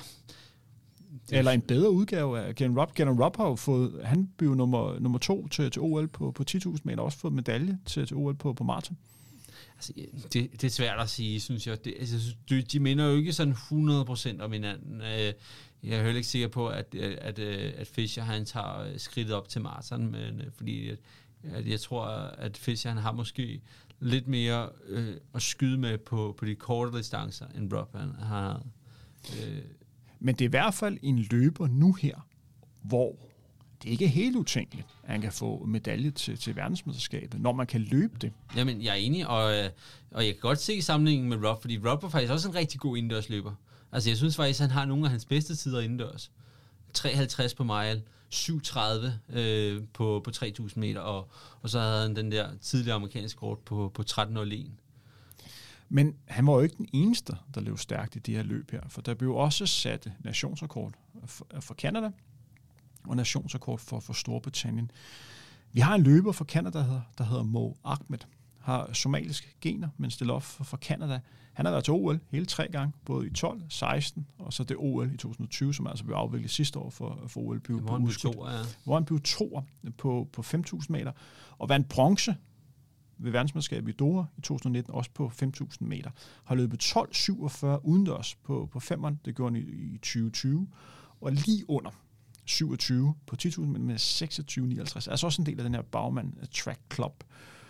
Det
Eller en bedre udgave af Galen Rob. Galen Rob har jo fået, han blev nummer, nummer to til, til O L på, på ti tusind meter, også fået medalje til, til O L på, på maraton.
Altså, det, det er svært at sige, synes jeg. Det, altså, de, de minder jo ikke sådan hundrede procent om hinanden. Jeg er heller ikke sikker på, at, at, at Fischer han tager skridtet op til maraton, men fordi at, at jeg tror, at Fischer han har måske lidt mere øh, at skyde med på, på de korte distancer, end Rob han har. Øh.
Men det er i hvert fald en løber nu her, hvor det ikke er helt utænkeligt, at han kan få medalje til, til verdensmesterskabet, når man kan løbe det.
Jamen, jeg er enig, og, og jeg kan godt se sammenligningen med Rob, fordi Rob var faktisk også en rigtig god indendørsløber. Altså, jeg synes faktisk, at han har nogle af hans bedste tider indendørs. tre komma halvtreds på mile, syv komma tredive øh, på, på tre tusind meter, og, og så havde han den der tidligere amerikanske kort på, på tretten nul en.
Men han var jo ikke den eneste, der løb stærkt i det her løb her, for der blev også sat nationsrekord for, for Canada og nationsrekord for, for Storbritannien. Vi har en løber fra Canada, der hedder, der hedder Mo Ahmed, har somaliske gener, men stiller op for, for Canada. Han har været til O L hele tre gange, både i tolv, seksten og så det O L i to tusind og tyve, som altså blev afviklet sidste år for, for O L. Blev,
hvor han blev toer, ja.
Hvor han blev toer på, på fem tusind meter, og vandt bronze ved verdensmesterskabet i Doha i to tusind og nitten, også på fem tusind meter. Har løbet tolv syvogfyrre udendørs på, på femmeren, det gjorde han i, i tyve tyve, og lige under syvogtyve på ti tusind, men med seksogtyve nioghalvtreds. Altså også en del af den her Baumann Track Club.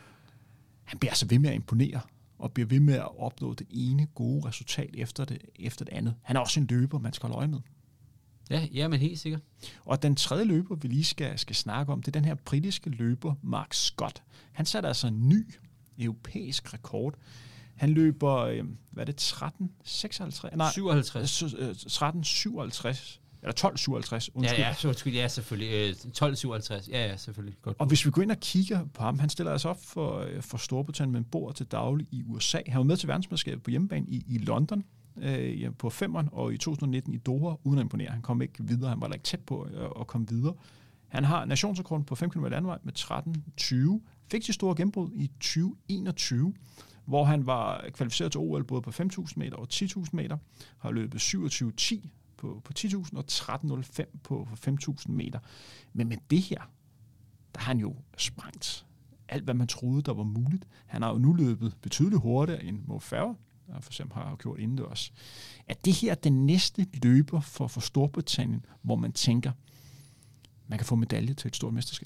Han bliver altså ved med at imponere, og bliver ved med at opnå det ene gode resultat efter det, efter det andet. Han er også en løber, man skal holde øje med.
Ja, ja, men helt sikkert.
Og den tredje løber, vi lige skal, skal snakke om, det er den her britiske løber, Mark Scott. Han satte altså en ny europæisk rekord. Han løber, øh, hvad er det, tretten seksoghalvtreds? Nej,
syvoghalvtreds.
tretten syvoghalvtreds. Eller tolv syvoghalvtreds, undskyld.
Ja, ja, undskyld, ja, selvfølgelig. tolv syvoghalvtreds, ja, ja, selvfølgelig. Godt.
Og hvis vi går ind og kigger på ham, han stiller altså op for, for Storbritannien, men bor til daglig i U S A. Han var med til verdensmesterskabet på hjemmebane i, i London øh, på femmeren, og i to tusind og nitten i Doha, uden at imponere. Han kom ikke videre, han var ikke tæt på at, at komme videre. Han har nationsrekorden på fem kilometer landevej med tretten tyve. Fik sit store gennembrud i tyve enogtyve, hvor han var kvalificeret til O L både på fem tusind meter og ti tusind meter. Har løbet syvogtyve ti på, på ti tusind og tretten nul fem på, på fem tusind meter. Men med det her, der har han jo sprængt alt, hvad man troede, der var muligt. Han har jo nu løbet betydeligt hurtigere end Mo Farah, der for eksempel har gjort indendørs. Er det her den næste løber for, for Storbritannien, hvor man tænker, man kan få medalje til et stort mesterskab?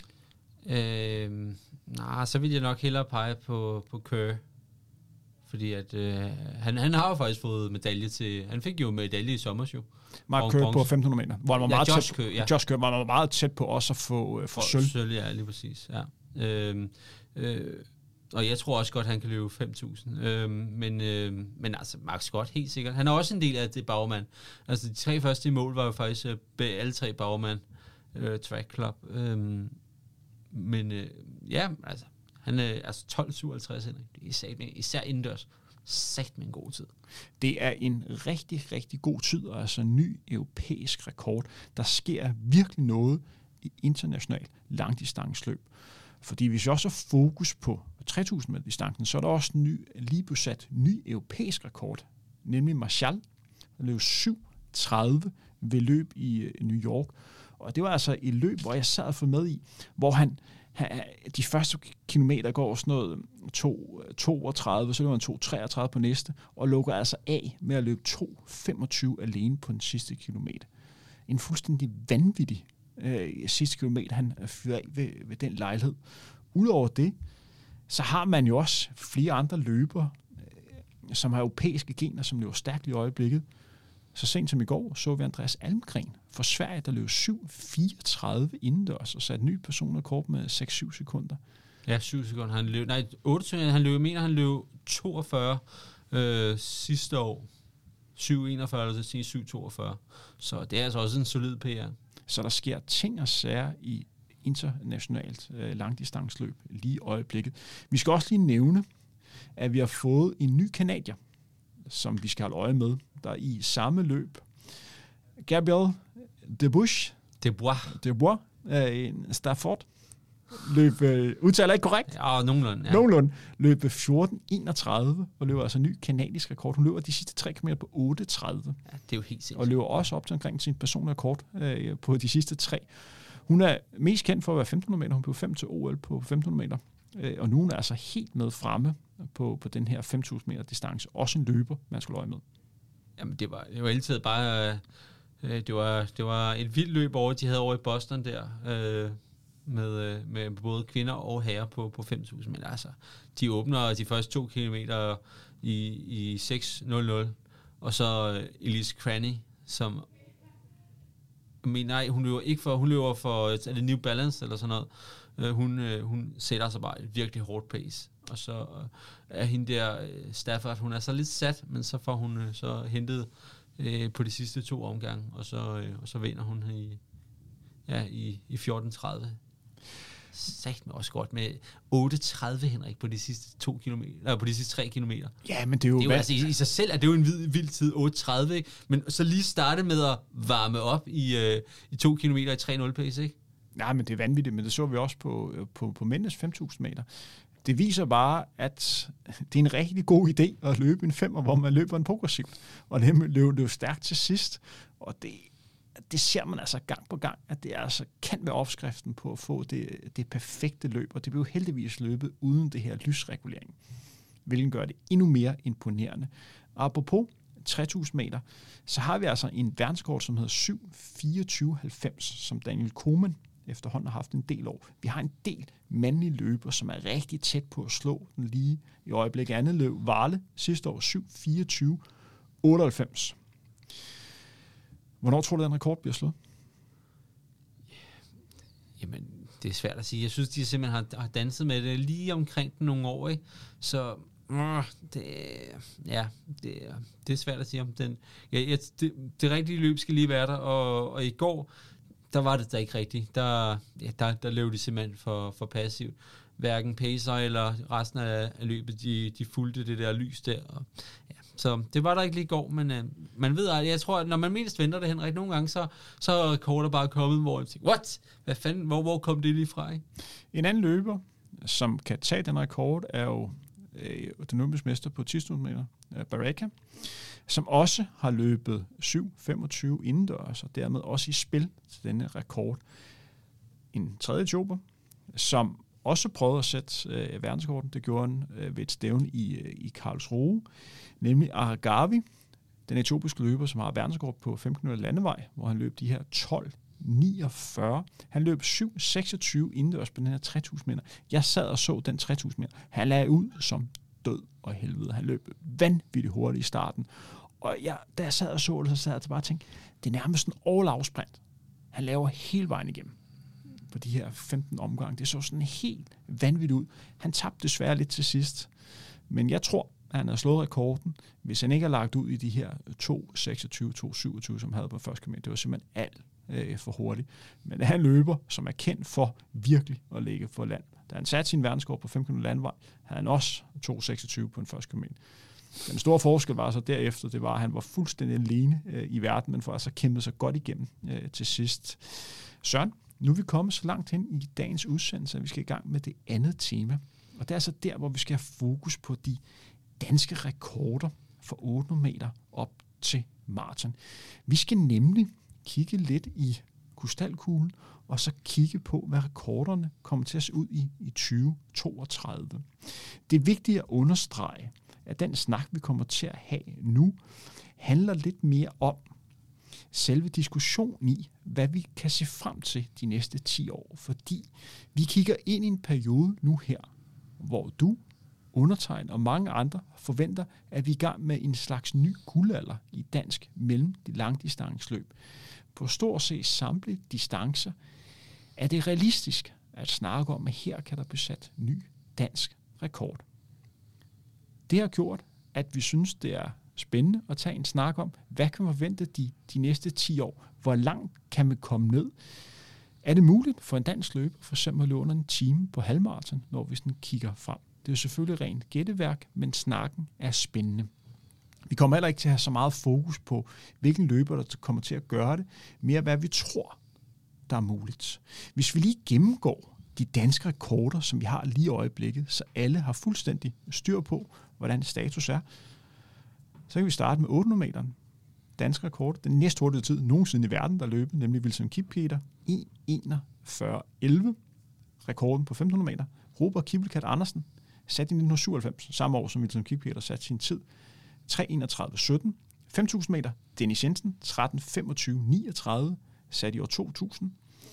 Øh, nej, så vil jeg nok hellere pege på, på Kerr. Fordi at, øh, han, han har jo faktisk fået medalje til... Han fik jo medalje i sommer, jo.
Mark Kerr på femten hundrede meter, hvor han var
ja,
meget
Josh
tæt,
Kerr, ja.
Josh Kerr var meget tæt på også at få uh, for sølv.
Sølv, ja, lige præcis. Ja. Øh, øh, og jeg tror også godt, han kan løbe fem tusind. Øh, men, øh, men altså, Mark Scott, helt sikkert. Han er også en del af det Baumann. Altså, de tre første i mål var jo faktisk øh, alle tre Baumann øh, Track Club. Øh, men øh, ja, altså, han er altså tolv syvoghalvtreds, Henrik. Det er sat med, især indendørs. Sat med en god tid.
Det er en rigtig, rigtig god tid, og altså en ny europæisk rekord. Der sker virkelig noget i international langdistanceløb. Fordi hvis vi også har fokus på tre tusind meter distancen, så er der også ny, lige besat ny europæisk rekord, nemlig Marshall, der løb syv tredive ved løb i New York. Og det var altså et løb, hvor jeg sad og følte med i, hvor han, han de første kilometer går sådan noget to toogtredive, så løber han to treogtredive på næste, og lukker altså af med at løbe to femogtyve alene på den sidste kilometer. En fuldstændig vanvittig øh, sidste kilometer, han fyrer af ved, ved den lejlighed. Udover det, så har man jo også flere andre løbere, øh, som har europæiske gener, som løber stærkt i øjeblikket. Så sent som i går så vi Andreas Almgren fra Sverige, der løb syv fireogtredive indendørs og satte en ny personrekord med seks syv sekunder.
Ja, syv sekunder. Han løb, nej, otte sekunder. Han løb, jeg mener, han løb toogfyrre øh, sidste år. syv enogfyrre, eller så syv toogfyrre. Så det er altså også en solid P R.
Så der sker ting og sager i internationalt øh, langdistanceløb lige i øjeblikket. Vi skal også lige nævne, at vi har fået en ny kanadier, som vi skal holde øje med, der i samme løb. Gabriel Debush,
Debois.
Debois, en Stafford, løb, øh, udtaler ikke korrekt?
Ja, nogenlunde. Ja.
Nogenlunde. Løb fjorten enogtredive, og løber altså en ny kanadisk rekord. Hun løber de sidste tre kilometer på otte tredive.
Ja, det er jo helt sindssygt.
Og løber også op til omkring sin personlige rekord øh, på de sidste tre. Hun er mest kendt for at være femten hundrede meter. Hun blev fem til O L på femten hundrede meter. Øh, og nu er hun altså helt med fremme på, på den her fem tusind meter distance. Også en løber, man skulle øje med.
Jamen, det var, det var altid bare... Øh, det, var, det var et vildt løb over, de havde over i Boston der, øh, med, med både kvinder og herrer på, på fem tusind. Men altså, de åbner de første to kilometer i, i seks nul nul. Og så Elise Cranny, som... Men nej, hun løber ikke for... Hun løber for... Er det New Balance eller sådan noget? Øh, hun, øh, hun sætter sig bare et virkelig hårdt pace. Og så øh, er hende der, øh, Stafford, hun er så lidt sat, men så får hun øh, så hentet øh, på de sidste to omgange, og så, øh, og så vinder hun i, ja, i, i fjorten tredive. Sagt mig også godt med otte tredive, Henrik, på de sidste to kilometer, eller på de sidste tre kilometer.
Ja, men det er jo...
Det er jo altså, i, i sig selv er det jo en vild, vild tid, otte tredive, ikke? Men så lige starte med at varme op i, øh, i to kilometer i tre nul pace, ikke?
Nej, men det er vanvittigt, men det så vi også på, på, på mændenes fem tusind meter. Det viser bare, at det er en rigtig god idé at løbe en femmer, hvor man løber en progressivt, og det løber løb stærkt til sidst, og det, det ser man altså gang på gang, at det altså kan være opskriften på at få det, det perfekte løb, og det blev heldigvis løbet uden det her lysregulering, hvilket gør det endnu mere imponerende. Og apropos tre tusind meter, så har vi altså en verdenskort, som hedder syv fireogtyve halvfems, som Daniel Komen efterhånden har haft en del år. Vi har en del mandlige løber, som er rigtig tæt på at slå den lige i øjeblikket. Andet løb Varle sidste år syv fireogtyve otteoghalvfems. Hvornår tror du, den rekord bliver slået?
Jamen, det er svært at sige. Jeg synes, de simpelthen har, har danset med det lige omkring den nogle år, ikke? Så øh, det, ja, det, det er svært at sige om den. Ja, jeg, det, det rigtige løb skal lige være der, og, og i går, der var det da ikke rigtigt. Der, ja, der, der løb de simpelthen for, for passivt. Hverken pacer eller resten af, af løbet, de, de fulgte det der lys der. Og, ja. Så det var der ikke lige i går, men øh, man ved aldrig. Jeg tror, at når man mindst venter det, Henrik, nogle gange, så, så er rekorder bare kommet, hvor man tænker, what? Hvad fanden? Hvor, hvor kom det lige fra? Ikke?
En anden løber, som kan tage den rekord, er jo øh, den olympiske mester på ti tusind meter, øh, Baraka, som også har løbet syv femogtyve indendørs, og dermed også i spil til denne rekord. En tredje etioper, som også prøvede at sætte øh, verdensrekorden. Det gjorde han øh, ved et stævne i, øh, i Karlsruhe, nemlig Aragawi, den etiopiske løber, som har verdensrekord på femten kilometer landevej, hvor han løb de her tolv niogfyrre. Han løb syv seksogtyve indendørs på den her tre tusind meter. Jeg sad og så den tre tusind meter. Han lagde ud som død og helvede. Han løb vanvittigt hurtigt i starten. Og jeg, da jeg sad og så det, så sad jeg bare og tænkte, det er nærmest en all-out sprint. Han laver hele vejen igennem på de her femten omgange. Det så sådan helt vanvittigt ud. Han tabte desværre lidt til sidst. Men jeg tror, at han har slået rekorden, hvis han ikke har lagt ud i de her to seksogtyve, to syvogtyve, som han havde på første kilometer. Det var simpelthen alt øh, for hurtigt. Men han løber, som er kendt for virkelig at ligge for land. Da han satte sin verdenskort på femten kilometer landvej, havde han også to seksogtyve på en første kilometer. Den store forskel var så derefter, det var, at han var fuldstændig alene øh, i verden, men for altså kæmpet sig godt igennem øh, til sidst. Søren, nu er vi kommet så langt hen i dagens udsendelse, at vi skal i gang med det andet tema. Og det er altså der, hvor vi skal have fokus på de danske rekorder for otte hundrede meter op til maraton. Vi skal nemlig kigge lidt i krystalkuglen, og så kigge på, hvad rekorderne kommer til at se ud i i tyve toogtredive. Det er vigtigt at understrege, at den snak, vi kommer til at have nu, handler lidt mere om selve diskussionen i, hvad vi kan se frem til de næste ti år. Fordi vi kigger ind i en periode nu her, hvor du, undertegn og mange andre forventer, at vi er i gang med en slags ny guldalder i dansk mellem de langdistanceløb. På stort set samtlige distancer er det realistisk at snakke om, at her kan der blive sat ny dansk rekord. Det har gjort, at vi synes, det er spændende at tage en snak om, hvad kan man forvente de, de næste ti år? Hvor langt kan man komme ned? Er det muligt for en dansk løber for eksempel at løbe under en time på halvmaraton, når vi sådan kigger frem? Det er jo selvfølgelig rent gætteværk, men snakken er spændende. Vi kommer heller ikke til at have så meget fokus på, hvilken løber, der kommer til at gøre det, mere hvad vi tror, der er muligt. Hvis vi lige gennemgår de danske rekorder, som vi har lige i øjeblikket, så alle har fuldstændig styr på, hvordan status er, så kan vi starte med otte hundrede meteren. Dansk rekord, den næste hurtigste tid nogensinde i verden, der løber, nemlig Wilson Kipketer, en enogfyrre elleve. Rekorden på femten hundrede meter. Robert Kibelkat Andersen satte i nitten syvoghalvfems, samme år som Wilson Kipketer satte sin tid, tre enogtredive sytten. fem tusind meter, Dennis Jensen, tretten femogtyve niogtredive, satte i år to tusind.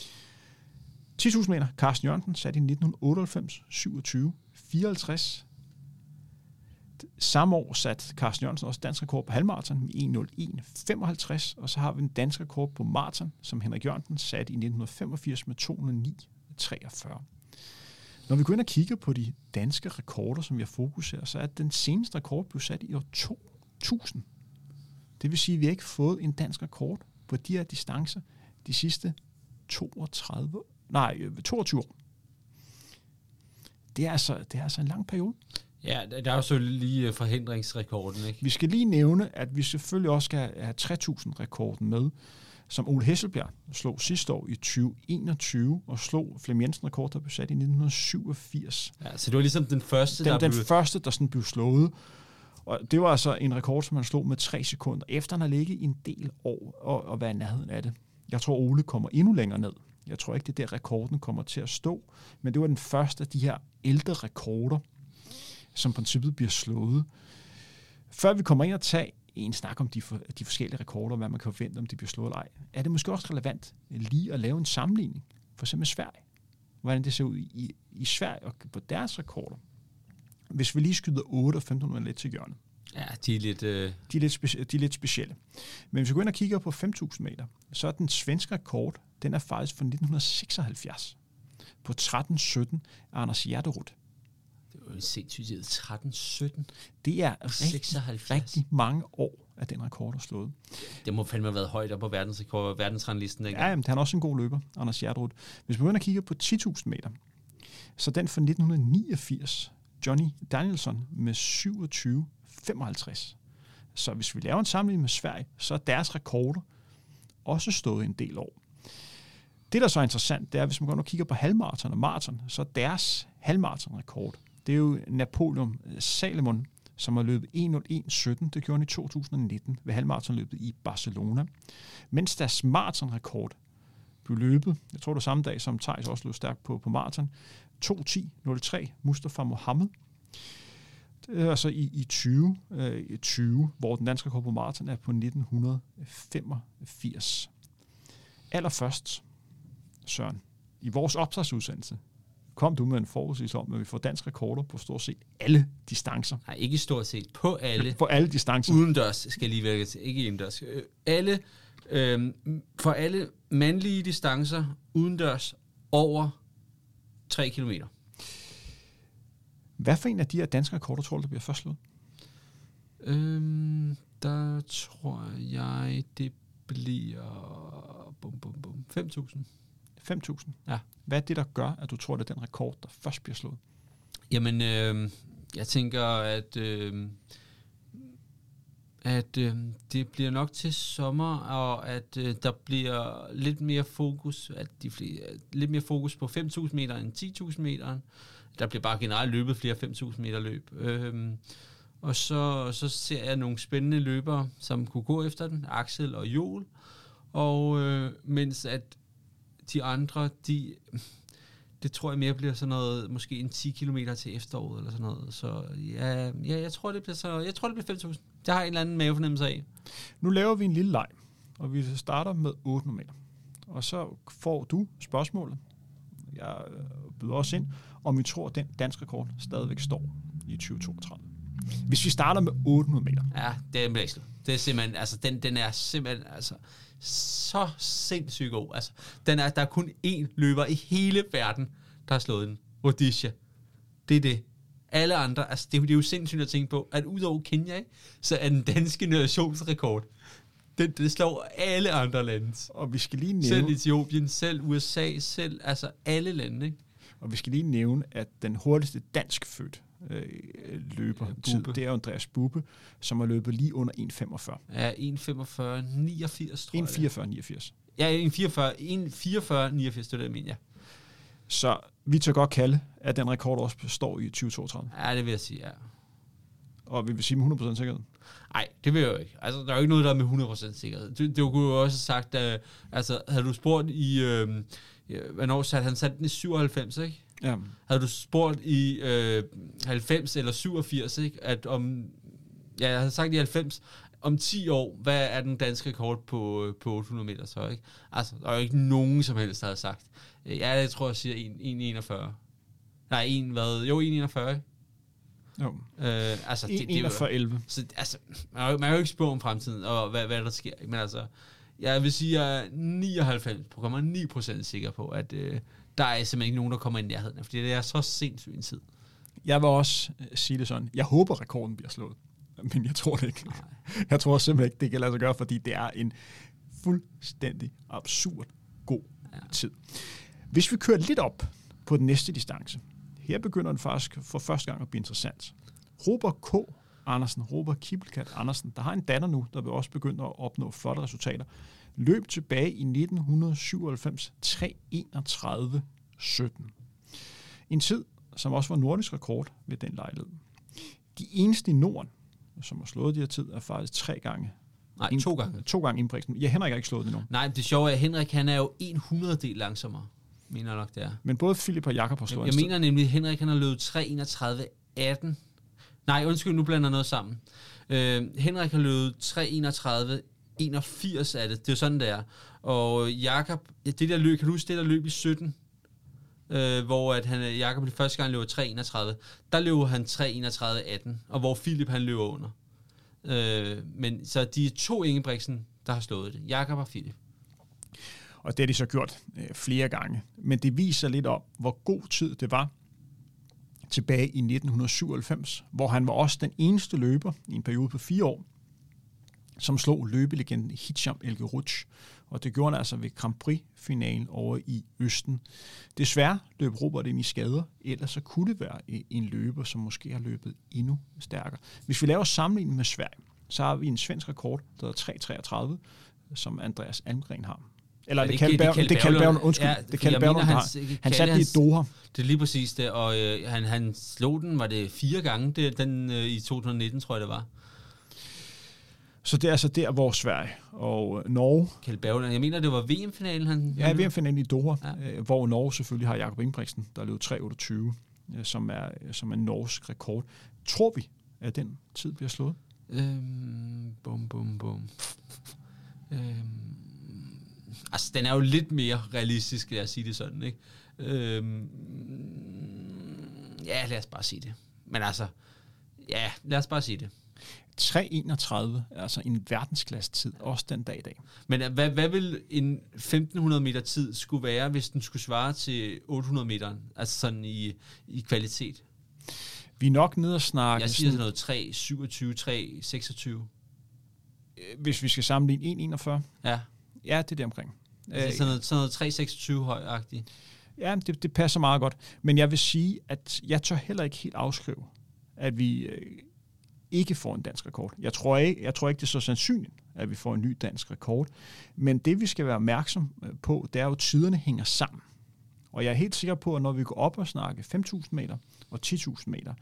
ti tusind meter, Carsten Jørgensen satte i nitten otteoghalvfems, syvogtyve fireoghalvtreds. Samme år satte Carsten Jørgensen også dansk rekord på halvmaraton med en nul en femoghalvtreds, og så har vi en dansk rekord på maraton, som Henrik Jørgensen satte i nitten femogfirs med to nul ni treogfyrre. Når vi går ind og kigger på de danske rekorder, som vi har fokuseret, så er den seneste rekord blevet sat i år to tusind. Det vil sige, at vi har ikke fået en dansk rekord på de her distancer de sidste toogtredive, nej, toogtyve år. Det er altså, det er altså en lang periode.
Ja, der er jo så lige forhindringsrekorden, ikke?
Vi skal lige nævne, at vi selvfølgelig også skal have tre tusind-rekorden med, som Ole Hesselbjerg slog sidste år i tyve enogtyve, og slog Flem Jensen-rekord, der blev sat i nitten syvogfirs.
Ja, så det var ligesom den første,
den,
der
den
blev...
første, der sådan blev slået. Og det var altså en rekord, som han slog med tre sekunder, efter han har ligget i en del år og, og været i nærheden af det. Jeg tror, Ole kommer endnu længere ned. Jeg tror ikke, det er der, rekorden kommer til at stå. Men det var den første af de her ældre rekorder, som i princippet bliver slået. Før vi kommer ind og tager en snak om de, for, de forskellige rekorder, hvad man kan forvente, om de bliver slået eller ej, er det måske også relevant lige at lave en sammenligning, for eksempel Sverige. Hvordan det ser ud i, i Sverige og på deres rekorder. Hvis vi lige skyder otte og femten hundrede lidt til hjørnet.
Ja, de er lidt... Øh...
De, er lidt speci- de er lidt specielle. Men hvis vi går ind og kigger på fem tusind meter, så er den svenske rekord, den er faktisk fra nitten seksoghalvfjerds. På tretten sytten af Anders Hjerterud.
Det var jo sindssygt. tretten sytten.
Det er rigtig, rigtig mange år, at den rekord er slået.
Det må fandme have været højt op på verdensrekord, verdensranglisten. Ikke?
Ja, jamen, han er også en god løber, Anders Hjerterud. Hvis vi begynder at kigge på ti tusind meter, så den fra nitten niogfirs, Johnny Danielsson med syvogtyve femoghalvtreds. Så hvis vi laver en sammenligning med Sverige, så er deres rekorder også stået en del år. Det, der så er interessant, det er, hvis man går og kigger på halvmarathon og maraton, så er deres halvmarathonrekord, det er jo Napoleon Salomon, som har løbet en nul en sytten. Det gjorde han i to tusind nitten ved halvmaratonløbet i Barcelona. Mens deres maratonrekord blev løbet, jeg tror det var samme dag, som Theis også løb stærkt på, på maraton, to ti nul tre Mustafa Mohammed. Det er altså i, i tyve, øh, tyve, hvor den danske rekord på maraton er på nitten femogfirs. Allerførst, Søren, i vores optagsudsendelse, kom du med en forudsigelse om, at vi får dansk rekorder på stort set alle distancer.
Nej, ikke stort set. På alle.
På alle distancer.
Udendørs skal lige vælge til. Ikke indendørs. Alle, øh, for alle mandlige distancer udendørs over tre kilometer.
Hvad for en af de her danske rekorder tror du, der bliver først slået?
Øhm, der tror jeg, det bliver bum, bum, bum, fem tusind.
fem tusind?
Ja.
Hvad er det, der gør, at du tror, det er den rekord, der først bliver slået?
Jamen, øh, jeg tænker, at, øh, at øh, det bliver nok til sommer, og at øh, der bliver lidt mere fokus, at de flere, lidt mere fokus på fem tusind meter end ti tusind meter. Der bliver bare generelt løbet flere fem tusind meter løb. Øh, og så, så ser jeg nogle spændende løbere, som kunne gå efter den, Axel og Joel. Og øh, mens at de andre, de, det tror jeg mere bliver sådan noget, måske en ti kilometer til efteråret, eller sådan noget. Så ja, ja jeg tror, det bliver så, jeg tror, det bliver fem tusind. Det har jeg en eller anden mavefornemmelse af.
Nu laver vi en lille leg, og vi starter med otte hundrede meter. Og så får du spørgsmålet, jeg byder også ind, om vi tror, at den danske rekord stadigvæk står i tyve toogtredive. Hvis vi starter med otte hundrede meter.
Ja, det er en blæsel. Det er simpelthen, altså, den, den er simpelthen, altså, så sindssygt god. Altså, den er, der er kun én løber i hele verden, der har slået den. Odisha. Det er det. Alle andre, altså, det, det er jo sindssygt at tænke på, at udover Kenya, ikke, så er den danske nationsrekord. Det, det slår alle andre lande.
Og vi skal lige nævne...
Selv Etiopien, selv U S A, selv, altså alle lande, ikke?
Og vi skal lige nævne, at den hurtigste dansk-født øh, løber,
Ja,
tid, det er jo Andreas Bubbe, som har løbet lige under en femogfyrre.
Ja, en femogfyrre niogfirs, tror jeg.
en fireogfyrre niogfirs.
Ja, en fireogfyrre, en fireogfyrre niogfirs, det er det, jeg mener, ja.
Så vi tør godt kalde, at den rekord også står i tyve toogtredive.
Ja, det vil jeg sige, ja.
Og vi vil sige med hundrede procent sikkerhed.
Nej, det vil jeg jo ikke. Altså, der er jo ikke noget, der er med hundrede procent sikkerhed. Det, det kunne jo også have sagt, at altså, havde du spurgt i, øh, hvornår satte han sat den i syvoghalvfems, ikke?
Ja.
Havde du spurgt i øh, halvfems eller syvogfirs, ikke? At om, ja, jeg havde sagt i halvfems, om ti år, hvad er den danske rekord på, på otte hundrede meter så, ikke? Altså, der er jo ikke nogen som helst, der havde sagt. Ja, jeg tror, jeg siger en enogfyrre. Nej, en hvad? Jo, en enogfyrre, ikke?
Jo.
Øh, altså, det, det
enogfyrre elleve.
Så altså, man kan jo ikke spå om fremtiden, og hvad, hvad der sker. Men altså, jeg vil sige, at jeg er nioghalvfems procent sikker på, at øh, der er simpelthen ikke nogen, der kommer i nærheden. Fordi det er så sindssygt en tid.
Jeg vil også sige det sådan. Jeg håber, rekorden bliver slået. men jeg tror det ikke. Nej. Jeg tror simpelthen ikke, det kan lade sig gøre, fordi det er en fuldstændig absurd god ja. tid. Hvis vi kører lidt op på den næste distance, her begynder den faktisk for første gang at blive interessant. Robert K. Andersen, Robert Kibelkat Andersen, der har en datter nu, der vil også begynde at opnå flotte resultater, løb tilbage i nitten syvoghalvfems tre enogtredive sytten. En tid, som også var nordisk rekord ved den lejlighed. De eneste i Norden, som har slået de her tid, er faktisk tre gange.
Nej, ind, to gange.
To gange Ingebrigtsen. Ja, Henrik har ikke slået det endnu.
Nej, det sjove er, at Henrik han er jo en hundreddel langsommere, mener jeg nok det er.
Men både Philip og Jakob har slået.
Jeg, jeg mener nemlig, at Henrik han har løbet tre enogtredive atten. Nej, undskyld, nu blander noget sammen. Øh, Henrik har løbet tre enogtredive enogfirs af det. Det er jo sådan, det er. Og Jakob, ja, det der løb, kan du huske det der løb i sytten? Øh, hvor at han, Jakob det første gang løber tre enogtredive. Der løber han tre enogtredive atten, og hvor Philip han løber under. Øh, men så de er to Ingebrigtsen, der har slået det. Jakob og Philip.
Og det har de så gjort øh, flere gange. Men det viser lidt om, hvor god tid det var tilbage i nitten syvoghalvfems, hvor han var også den eneste løber i en periode på fire år, som slog løbelegenden Hicham El Guerrouj. Og det gjorde han altså ved Grand Prix-finalen over i Østen. Desværre løb Robert ind i skader, ellers så kunne det være en løber, som måske har løbet endnu stærkere. Hvis vi laver sammenligning med Sverige, så har vi en svensk rekord, der er tre treogtredive, som Andreas Almgren har. Eller det Kalle Berglund, undskyld,
ja,
det Kalle Berglund har. Han satte det i Doha.
Det er lige præcis det, og øh, han, han slog den, var det fire gange, det, den øh, i to tusind nitten, tror jeg det var.
Så det er altså der, hvor Sverige og Norge...
Kalle Berglund, jeg mener, det var V M-finalen, han...
Ja, V M-finalen i Doha, ja. øh, hvor Norge selvfølgelig har Jakob Ingebrigtsen, der løb tre otteogtyve, øh, som, er, som er norsk rekord. Tror vi, at den tid bliver slået?
Øhm, bum, bum, bum. øhm, altså, den er jo lidt mere realistisk, lad os sige det sådan, ikke? Øhm, ja, lad os bare sige det. Men altså, ja, lad os bare sige det.
tre enogtredive, altså en verdensklasse tid, også den dag i dag.
Men hvad, hvad vil en femten hundrede meter tid skulle være, hvis den skulle svare til otte hundrede meter, altså sådan i, i kvalitet?
Vi er nok nede og snakke...
Jeg siger sådan noget tre syvogtyve, tre seksogtyve.
Hvis vi skal sammenligne en enogfyrre?
Ja.
Ja, det er det omkring.
Altså sådan noget, sådan noget tre seksogtyve højagtigt.
Ja, det, det passer meget godt. Men jeg vil sige, at jeg tør heller ikke helt afskrive, at vi... Øh, ikke får en dansk rekord. Jeg tror ikke, jeg tror ikke, det er så sandsynligt, at vi får en ny dansk rekord. Men det, vi skal være opmærksom på, det er jo, at tiderne hænger sammen. Og jeg er helt sikker på, at når vi går op og snakke fem tusind meter og ti tusind meter,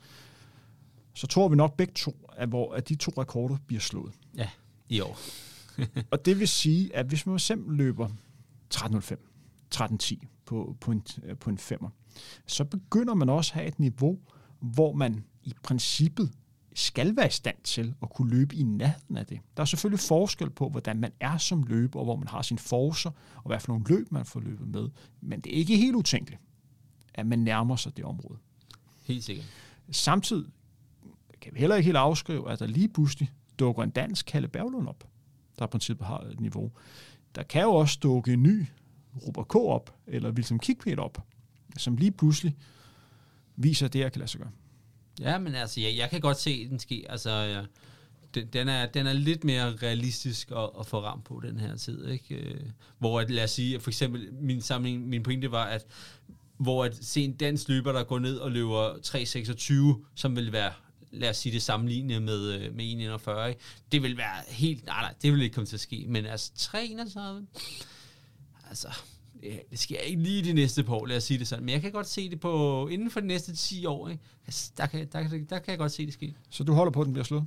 så tror vi nok begge to, at, hvor, at de to rekorder bliver slået.
Ja, i år.
Og det vil sige, at hvis man simpelthen løber tretten nul fem, tretten ti på, på, en, på en femmer, så begynder man også at have et niveau, hvor man i princippet skal være i stand til at kunne løbe i nærheden af det. Der er selvfølgelig forskel på, hvordan man er som løber, og hvor man har sine forcer, og hvad for nogle løb man får løbet med. Men det er ikke helt utænkeligt, at man nærmer sig det område.
Helt sikkert.
Samtidig kan vi heller ikke helt afskrive, at der lige pludselig dukker en dansk Kalle Berglund op, der i princippet har et niveau. Der kan jo også dukke en ny Robert K. op, eller Wilhelm Kikpet op, som lige pludselig viser, at det her kan lade sig gøre.
Ja, men altså, jeg, jeg kan godt se den ske. Altså, ja, den, den, er, den er lidt mere realistisk at, at få ramt på den her tid, ikke? Hvor, at, lad os sige, for eksempel, min samling, min pointe var, at hvor at se en dansk løber, der går ned og løber tre seksogtyve, som vil være, lad os sige det sammenlignende med, med en enogfyrre, ikke? Det vil være helt, nej, nej, det vil ikke komme til at ske, men altså tre enogtredive, altså... Det sker ikke lige de næste par år, lad os sige det sådan. Men jeg kan godt se det på inden for de næste ti år. Ikke? Der, kan, der, der, der kan jeg godt se det ske.
Så du holder på, at den bliver slået?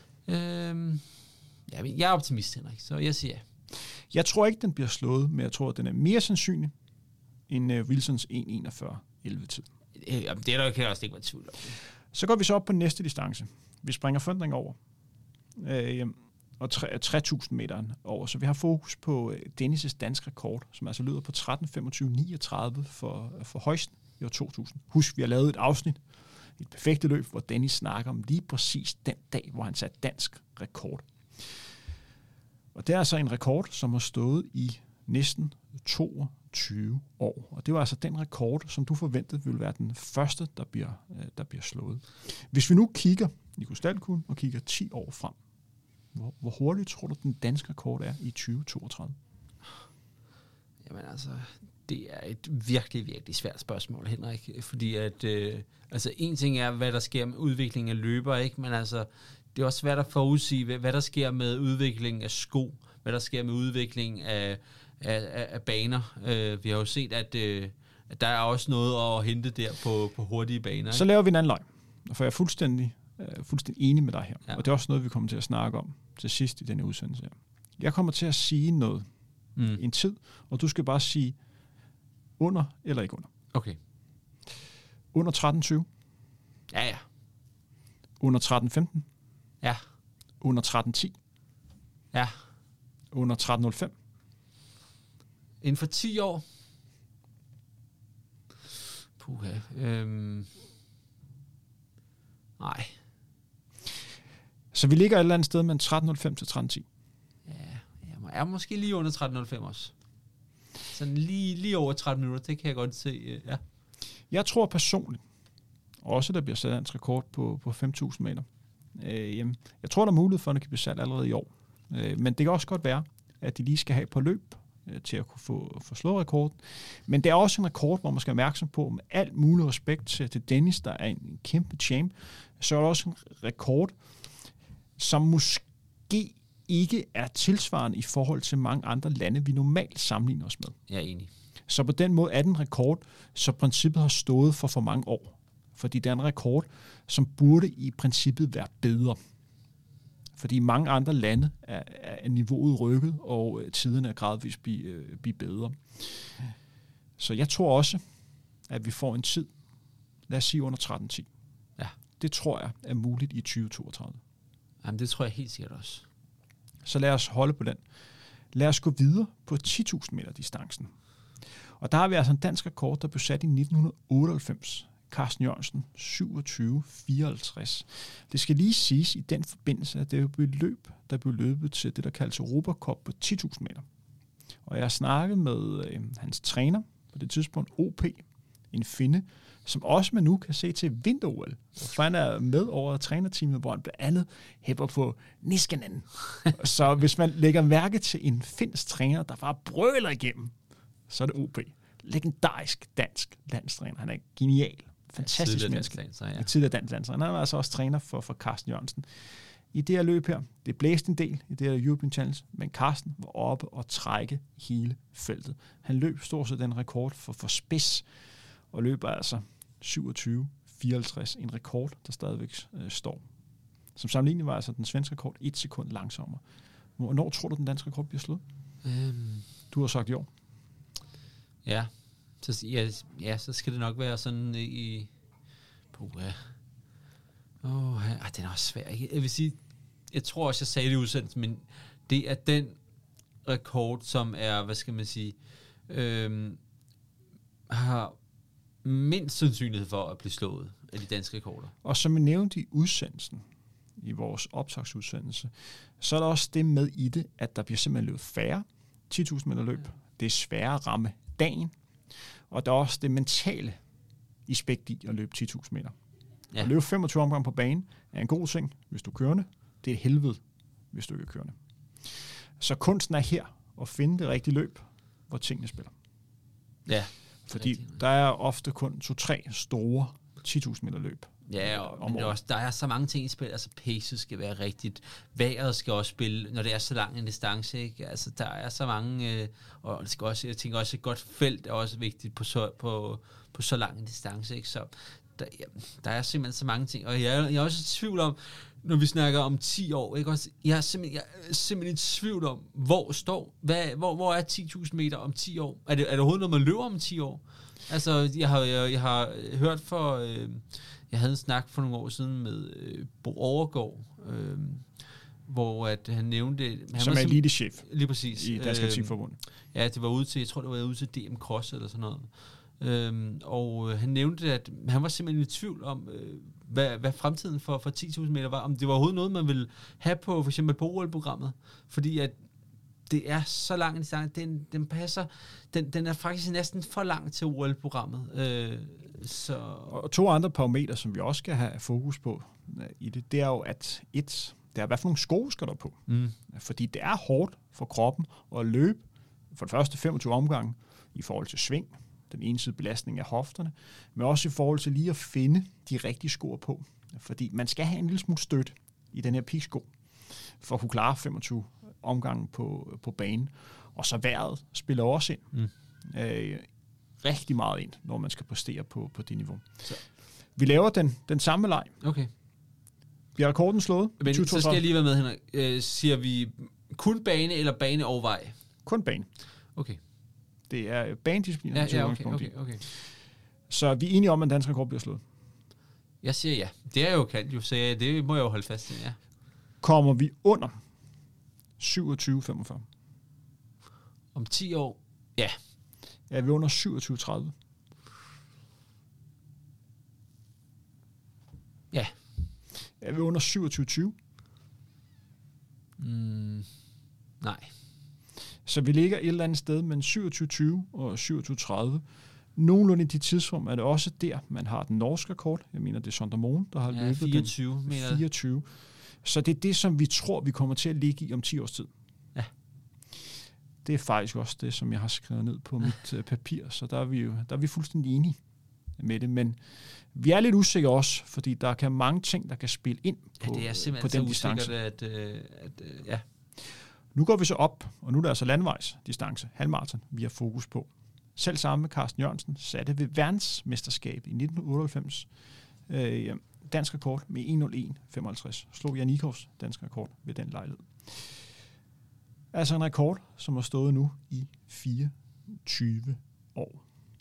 Øhm, ja, jeg er optimist, Henrik, så jeg siger ja.
Jeg tror ikke, den bliver slået, men jeg tror, at den er mere sandsynlig end uh, Wilsons en enogfyrre elleve tid.
Jamen, det er der, kan jeg også ikke være tvivl om.
Så går vi så op på næste distance. Vi springer Føndring over. Øh, og tre tusind meter over. Så vi har fokus på Dennis' dansk rekord, som altså lyder på tretten femogtyve niogtredive for, for højsten i år to tusind. Husk, vi har lavet et afsnit, et perfekte løb, hvor Dennis snakker om lige præcis den dag, hvor han satte dansk rekord. Og det er altså en rekord, som har stået i næsten tyve år. Og det var altså den rekord, som du forventede ville være den første, der bliver, der bliver slået. Hvis vi nu kigger i krystalkuglen og kigger ti år frem, hvor, hvor hurtigt tror du, den danske rekord er i tyve toogtredive?
Jamen altså, det er et virkelig, virkelig svært spørgsmål, Henrik. Fordi at, øh, altså en ting er, hvad der sker med udviklingen af løber, ikke? Men altså, det er også svært at forudsige, hvad, hvad der sker med udviklingen af sko, hvad der sker med udviklingen af, af, af, af baner. Øh, vi har jo set, at, øh, at der er også noget at hente der på, på hurtige baner. Ikke?
Så laver vi en anden leg, for jeg er fuldstændig, øh, fuldstændig enig med dig her.
Ja.
Og det er også noget, vi kommer til at snakke om til sidst i denne udsendelse her. Jeg kommer til at sige noget mm. en tid, og du skal bare sige under eller ikke under.
Okay.
Under tretten tyve.
Ja, ja.
Under tretten femten.
Ja.
Under tretten ti.
Ja.
Under tretten nul fem.
Inden for ti år. Puha. Øhm. Nej.
Så vi ligger et eller andet sted mellem tretten nul fem til tretten ti.
Ja, jeg er måske lige under tretten nul fem også. Sådan lige, lige over tretten minutter, det kan jeg godt se, ja.
Jeg tror personligt, også der bliver sat dansk rekord på, på fem tusind meter. Øh, jamen, jeg tror, der er mulighed for, at det kan blive sat allerede i år. Øh, men det kan også godt være, at de lige skal have på løb øh, til at kunne få, få slået rekorden. Men det er også en rekord, hvor man skal være opmærksom på, med alt mulig respekt til, til Dennis, der er en kæmpe champ, så er der også en rekord, som måske ikke er tilsvarende i forhold til mange andre lande, vi normalt sammenligner os med.
Jeg er enig.
Så på den måde er den rekord, så princippet har stået for for mange år. Fordi det er en rekord, som burde i princippet være bedre. Fordi i mange andre lande er, er niveauet rykket, og tiderne er gradvist blive, øh, blive bedre. Så jeg tror også, at vi får en tid, lad os sige under tretten ti.
Ja.
Det tror jeg er muligt i tyve toogtredive.
Jamen, det tror jeg helt sikkert også.
Så lad os holde på den. Lad os gå videre på ti tusind meter distancen. Og der har vi altså en dansk rekord, der blev sat i nitten otteoghalvfems. Carsten Jørgensen, syvogtyve fireoghalvtreds. Det skal lige siges i den forbindelse, at det er et løb, der blev løbet til det, der kaldes Europa Cup på ti tusind meter. Og jeg har snakket med øh, hans træner på det tidspunkt, O P, en finne, som også man nu kan se til vinter-O L. For han er med over trænerteamet, hvor han blandt andet hæpper på Niskanen. Så hvis man lægger mærke til en finsk træner, der bare brøler igennem, så er det O P. Legendarisk dansk landstræner. Han er genial. Fantastisk menneske. Ja. Tidligere dansk landstræner. Han er altså også træner for, for Carsten Jørgensen. I det her løb her, det blæste en del i det her European Challenge, men Carsten var oppe og trække hele feltet. Han løb stort set den rekord for, for spids, og løber altså syvogtyve fireoghalvtreds. En rekord, der stadigvæk øh, står. Som sammenligning var altså den svenske rekord et sekund langsommere. Hvornår tror du, den danske rekord bliver slået? Um. Du har sagt i år.
Ja. Så, ja, ja, så skal det nok være sådan i... Puh, ja. Åh, ja, den er også svær. Jeg vil sige, jeg tror også, jeg sagde det i udsendelsen, men det er den rekord, som er, hvad skal man sige, øhm, har mindst sandsynlighed for at blive slået af de danske rekorder.
Og som jeg nævnte i udsendelsen, i vores optagsudsendelse, så er der også det med i det, at der bliver simpelthen løbet færre ti tusind meter løb. Det er sværere at ramme dagen. Og der er også det mentale aspekt i at løbe ti tusind meter. Ja. At løbe femogtyve omgange på banen er en god ting, hvis du er kørende. Det er et helvede, hvis du ikke er kørende. Så kunsten er her at finde det rigtige løb, hvor tingene spiller.
Ja.
Fordi rigtigt. Der er ofte kun to-tre store ti tusind meter løb.
Ja, og men også, der er så mange ting i spil. Altså, pace skal være rigtigt. Vejret skal også spille, når det er så lang en distance, ikke? Altså, der er så mange... Øh, og det skal også, jeg tænker også, et godt felt er også vigtigt på så, på, på så lang en distance, ikke? Så der, ja, der er simpelthen så mange ting. Og jeg, jeg er også i tvivl om, når vi snakker om ti år, ikke? Også, jeg, er simpelthen, jeg er simpelthen i tvivl om, hvor står... Hvad, hvor, hvor er ti tusind meter om ti år? Er det, er det overhovedet noget, man løber om ti år? Altså, jeg har, jeg, jeg har hørt for... Øh, Jeg havde en snak for nogle år siden med øh, Bo Overgaard, øh, hvor at han nævnte... Han
Som
var
er elitechef
lige præcis,
i Dansk Atletikforbund.
Øh, ja, det var ude til, jeg tror det var ude til D M Cross eller sådan noget. Øh, og øh, han nævnte, at han var simpelthen i tvivl om, øh, hvad, hvad fremtiden for, for ti tusind meter var. Om det var overhovedet noget, man ville have på for eksempel på O L-programmet. Fordi at det er så lang en distance. Den, den passer, den, den er faktisk næsten for lang til O L-programmet. Øh, så...
Og to andre parametre, som vi også skal have fokus på i det, det er jo, at et, det er, hvad for nogle sko skal der på?
Mm.
Fordi det er hårdt for kroppen at løbe for det første femogtyve omgange i forhold til sving, den ensidige belastning af hofterne, men også i forhold til lige at finde de rigtige sko på. Fordi man skal have en lille smule støtte i den her peaksko, for at kunne klare femogtyve omgange på, på banen. Og så vejret spiller også ind. Mm. Øh, rigtig meget ind, når man skal præstere på, på det niveau. Så. Vi laver den, den samme leg.
Okay.
Bliver rekorden slået?
Men så skal jeg lige være med, Henrik. Øh, siger vi kun bane eller bane og vej?
Kun bane.
Okay.
Det er banedisciplin.
Ja, ja, okay, okay, okay.
Så vi er enige om, at dansk rekord bliver slået?
Jeg siger ja. Det er jo kaldt jo, så det må jeg jo holde fast i, ja.
Kommer vi under syvogtyve femogfyrre?
Om ti år? Ja.
Er vi under syvogtyve tredive?
Ja.
Er vi under syvogtyve tyve?
Mm, nej.
Så vi ligger et eller andet sted mellem syvogtyve tyve og syvogtyve tredive. Nogenlunde i de tidsrum er det også der, man har den norske rekord. Jeg mener, det er Sondre Moen, der har
ja,
løbet
fireogtyve,
den. fireogtyve. Så det er det, som vi tror, vi kommer til at ligge i om ti års tid.
Ja.
Det er faktisk også det, som jeg har skrevet ned på mit uh, papir. Så der er vi jo der er vi fuldstændig enige med det. Men vi er lidt usikre også, fordi der kan mange ting, der kan spille ind på,
ja, det er simpelthen
på den
så
distance.
usikkert, at, at, at ja.
Nu går vi så op, og nu er der altså landevejsdistance, halvmarathon, vi har fokus på. Selv sammen med Carsten Jørgensen satte ved verdensmesterskab i nitten otteoghalvfems øh, dansk rekord med en nul en femoghalvtreds. Slog Jan Ikovs dansk rekord ved den lejlighed. Altså en rekord, som har stået nu i fireogtyve år.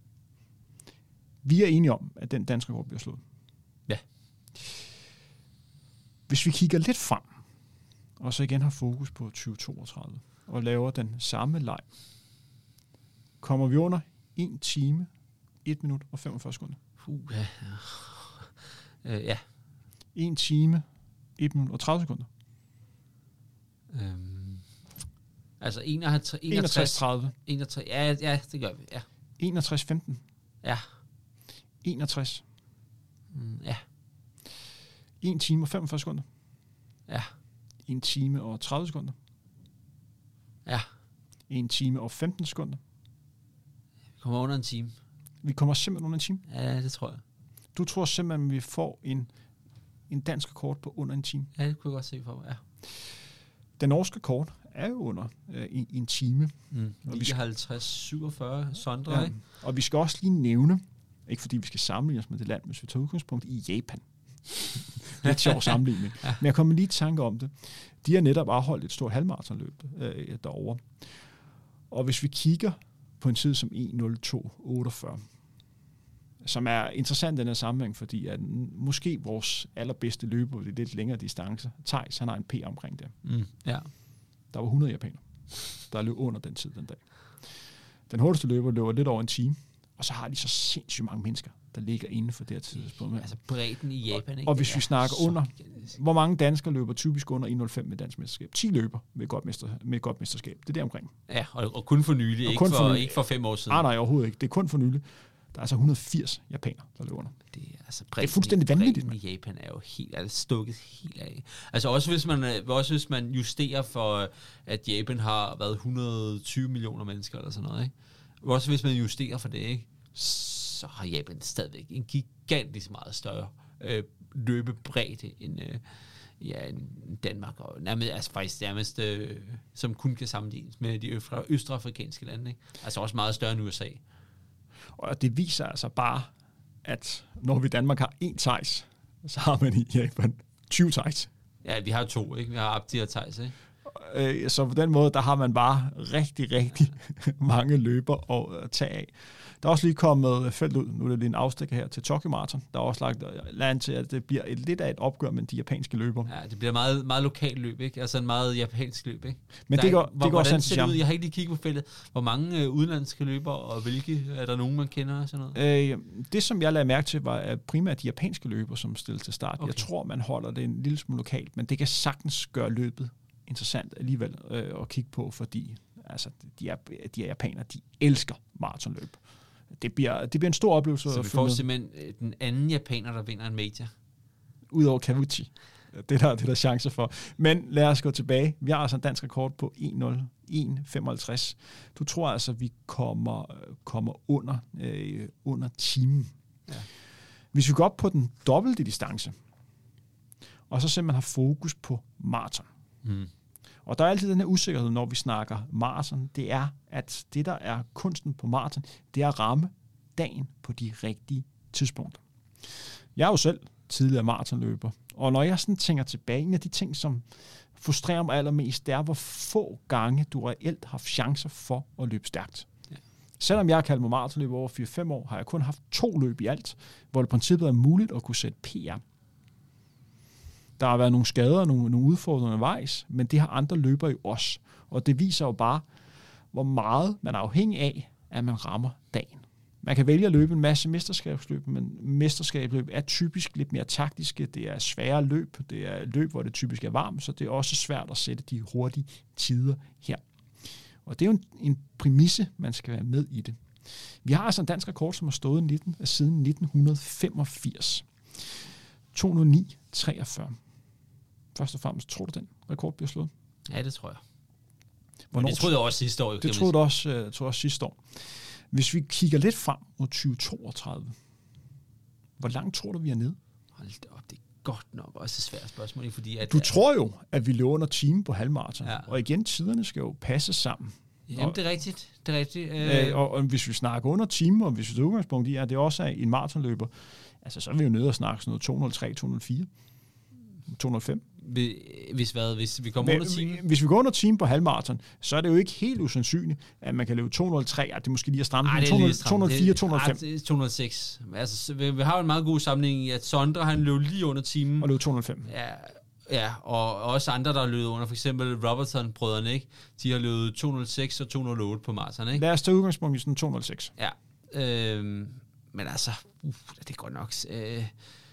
Vi er enige om, at den danske rekord bliver slået.
Ja.
Hvis vi kigger lidt frem, og så igen har fokus på tyve toogtredive, og laver den samme leg, kommer vi under en time, et minut og femogfyrre sekunder.
Uh, ja. Øh, ja.
en time, et minut og tredive sekunder.
Øhm, altså enoghalvtreds,
enogtres tredive.
enogtres, ja, ja, det gør vi, ja.
enogtres femten.
Ja.
enogtres.
Mm, ja.
en time og femogfyrre sekunder.
Ja.
en time og tredive sekunder.
Ja.
en time og femten sekunder.
Vi kommer under en time.
Vi kommer simpelthen under en time.
Ja, det tror jeg.
Du tror simpelthen, vi får en, en dansk rekord på under en time?
Ja, det kunne jeg godt se for mig, ja.
Den norske rekord er jo under øh, en, en time.
Mm. nioghalvtreds syvogfyrre Sondre,
ja.
ikke?
Og vi skal også lige nævne, ikke fordi vi skal sammenligne os med det land, hvis vi tager udgangspunkt i Japan. Lidt sjov sammenligning. Ja. Men jeg kommer lige i tanke om det. De har netop afholdt et stort halvmaratonløb øh, derovre. Og hvis vi kigger på en tid som en nul to otteogfyrre, som er interessant i den her sammenhæng, fordi at måske vores allerbedste løber i lidt længere distance, Theis, han har en P omkring det.
Mm. Ja.
Der var hundrede japanere, der løb under den tid den dag. Den hurtigste løber løber lidt over en time, og så har de så sindssygt mange mennesker, der ligger inden for det her tidspunkt.
Altså bredden i Japan, ikke?
Og, og hvis vi snakker under, hvor mange danskere løber typisk under en nul fem med dansk mesterskab? ti løber med et godt, mester, med et godt mesterskab. Det er der omkring.
Ja, og, og kun for nylig, ikke,
kun
for,
for nylig.
ikke for fem år siden.
Nej, nej, overhovedet ikke. Det er kun for nylig. Der er altså et hundrede og firs japanere, der løber under.
Det er, altså
det er fuldstændig vanvittigt.
Bredden i Japan er jo helt er stukket helt af. Altså også hvis man, også hvis man justerer for, at Japan har været et hundrede og tyve millioner mennesker eller sådan noget, ikke? Også hvis man justerer for det, ikke? Så har Japan stadigvæk en gigantisk meget større øh, løbebredde end, øh, ja, end Danmark, og nærmest, altså faktisk nærmest, øh, som kun kan sammenlignes med de østre, østafrikanske lande, ikke? Altså også meget større end U S A.
Og det viser altså bare, at når vi i Danmark har én Theis, så har man i Japan tyve Theis.
Ja, vi har to, ikke? Vi har Abdi og Theis, ikke?
Så på den måde, der har man bare rigtig, rigtig mange løber at tage af. Der er også lige kommet felt ud, nu er det lige en afstikker her til Tokyo Marathon. Der er også lagt land til, at det bliver et, lidt af et opgør med de japanske løber.
Ja, det bliver meget, meget lokalt løb, ikke? Altså en meget japansk løb, ikke?
Men det går, det går
hvordan ser det ud? Jeg har ikke lige kigget på feltet. Hvor mange øh, udenlandske løbere, og hvilke? Er der nogen, man kender? Og sådan noget?
Øh, det, som jeg lagde mærke til, var primært de japanske løber, som stillede til start. Okay. Jeg tror, man holder det en lille smule lokalt, men det kan sagtens gøre løbet interessant alligevel øh, at kigge på, fordi altså, de, er, de er japanere, de elsker maratonløb. Det bliver, det bliver en stor oplevelse.
Så vi får simpelthen den anden japaner, der vinder en major.
Udover Kawuchi. Det er der, det er der chancer for. Men lad os gå tilbage. Vi har altså en dansk rekord på en nul en femoghalvtreds. Du tror altså, vi kommer, kommer under, øh, under timen. Ja. Hvis vi går op på den dobbelte distance, og så simpelthen har fokus på maraton. Mm. Og der er altid den her usikkerhed, når vi snakker maraton. Det er, at det, der er kunsten på maraton, det er at ramme dagen på de rigtige tidspunkter. Jeg er jo selv tidligere maratonløber, og når jeg sådan tænker tilbage, en af de ting, som frustrerer mig allermest, det er, hvor få gange du reelt har haft chancer for at løbe stærkt. Ja. Selvom jeg har kaldt mig maratonløber over fire fem år, har jeg kun haft to løb i alt, hvor det i princippet er muligt at kunne sætte P R. Der har været nogle skader, nogle, nogle udfordringer undervejs, men det har andre løbere jo også. Og det viser jo bare, hvor meget man er afhængig af, at man rammer dagen. Man kan vælge at løbe en masse mesterskabsløb, men mesterskabsløb er typisk lidt mere taktiske. Det er svære løb. Det er løb, hvor det typisk er varmt, så det er også svært at sætte de hurtige tider her. Og det er jo en, en præmisse, man skal være med i det. Vi har altså en dansk rekord, som har stået nitten, siden nitten femogfirs. to nul ni treogfyrre. Først og fremmest, tror du, den rekord bliver slået?
Ja, det tror jeg. Hvornår, det troede jeg også sidste år.
Det troede jeg også, uh, tror jeg også sidste år. Hvis vi kigger lidt frem mod tyve toogtredive, hvor langt tror du, vi er nede?
Hold da op, det er godt nok også et svært spørgsmål. Fordi at,
du tror jo, at vi løber under time på halvmaraton, ja. Og igen, tiderne skal jo passe sammen.
Jamen, og, det er rigtigt. Det er rigtigt.
Øh, og, og hvis vi snakker under time, og hvis vi tager udgangspunkt i, at det også er en maratonløber, altså så er vi jo nødt at snakke sådan noget to nul tre, to nul fire, to nul fem.
Hvis hvad? Hvis vi kommer Men, under time?
Hvis vi går under time på halvmaraton, så er det jo ikke helt usandsynligt, at man kan løbe to nul tre, det er måske lige at stramme.
Ej,
to nul fire, to nul fem.
to nul seks. Altså, vi, vi har jo en meget god sammenhæng i, at Sondre, han løb lige under timen.
Og løb to nul fem.
Ja, ja, og også andre, der har løbet under. For eksempel Robertson-brødrene, ikke? De har løbet to nul seks og to nul otte på maraton, ikke?
Lad os tage udgangspunkt i sådan to nul seks.
Ja. Øhm, men altså, uh, det er godt nok... Øh,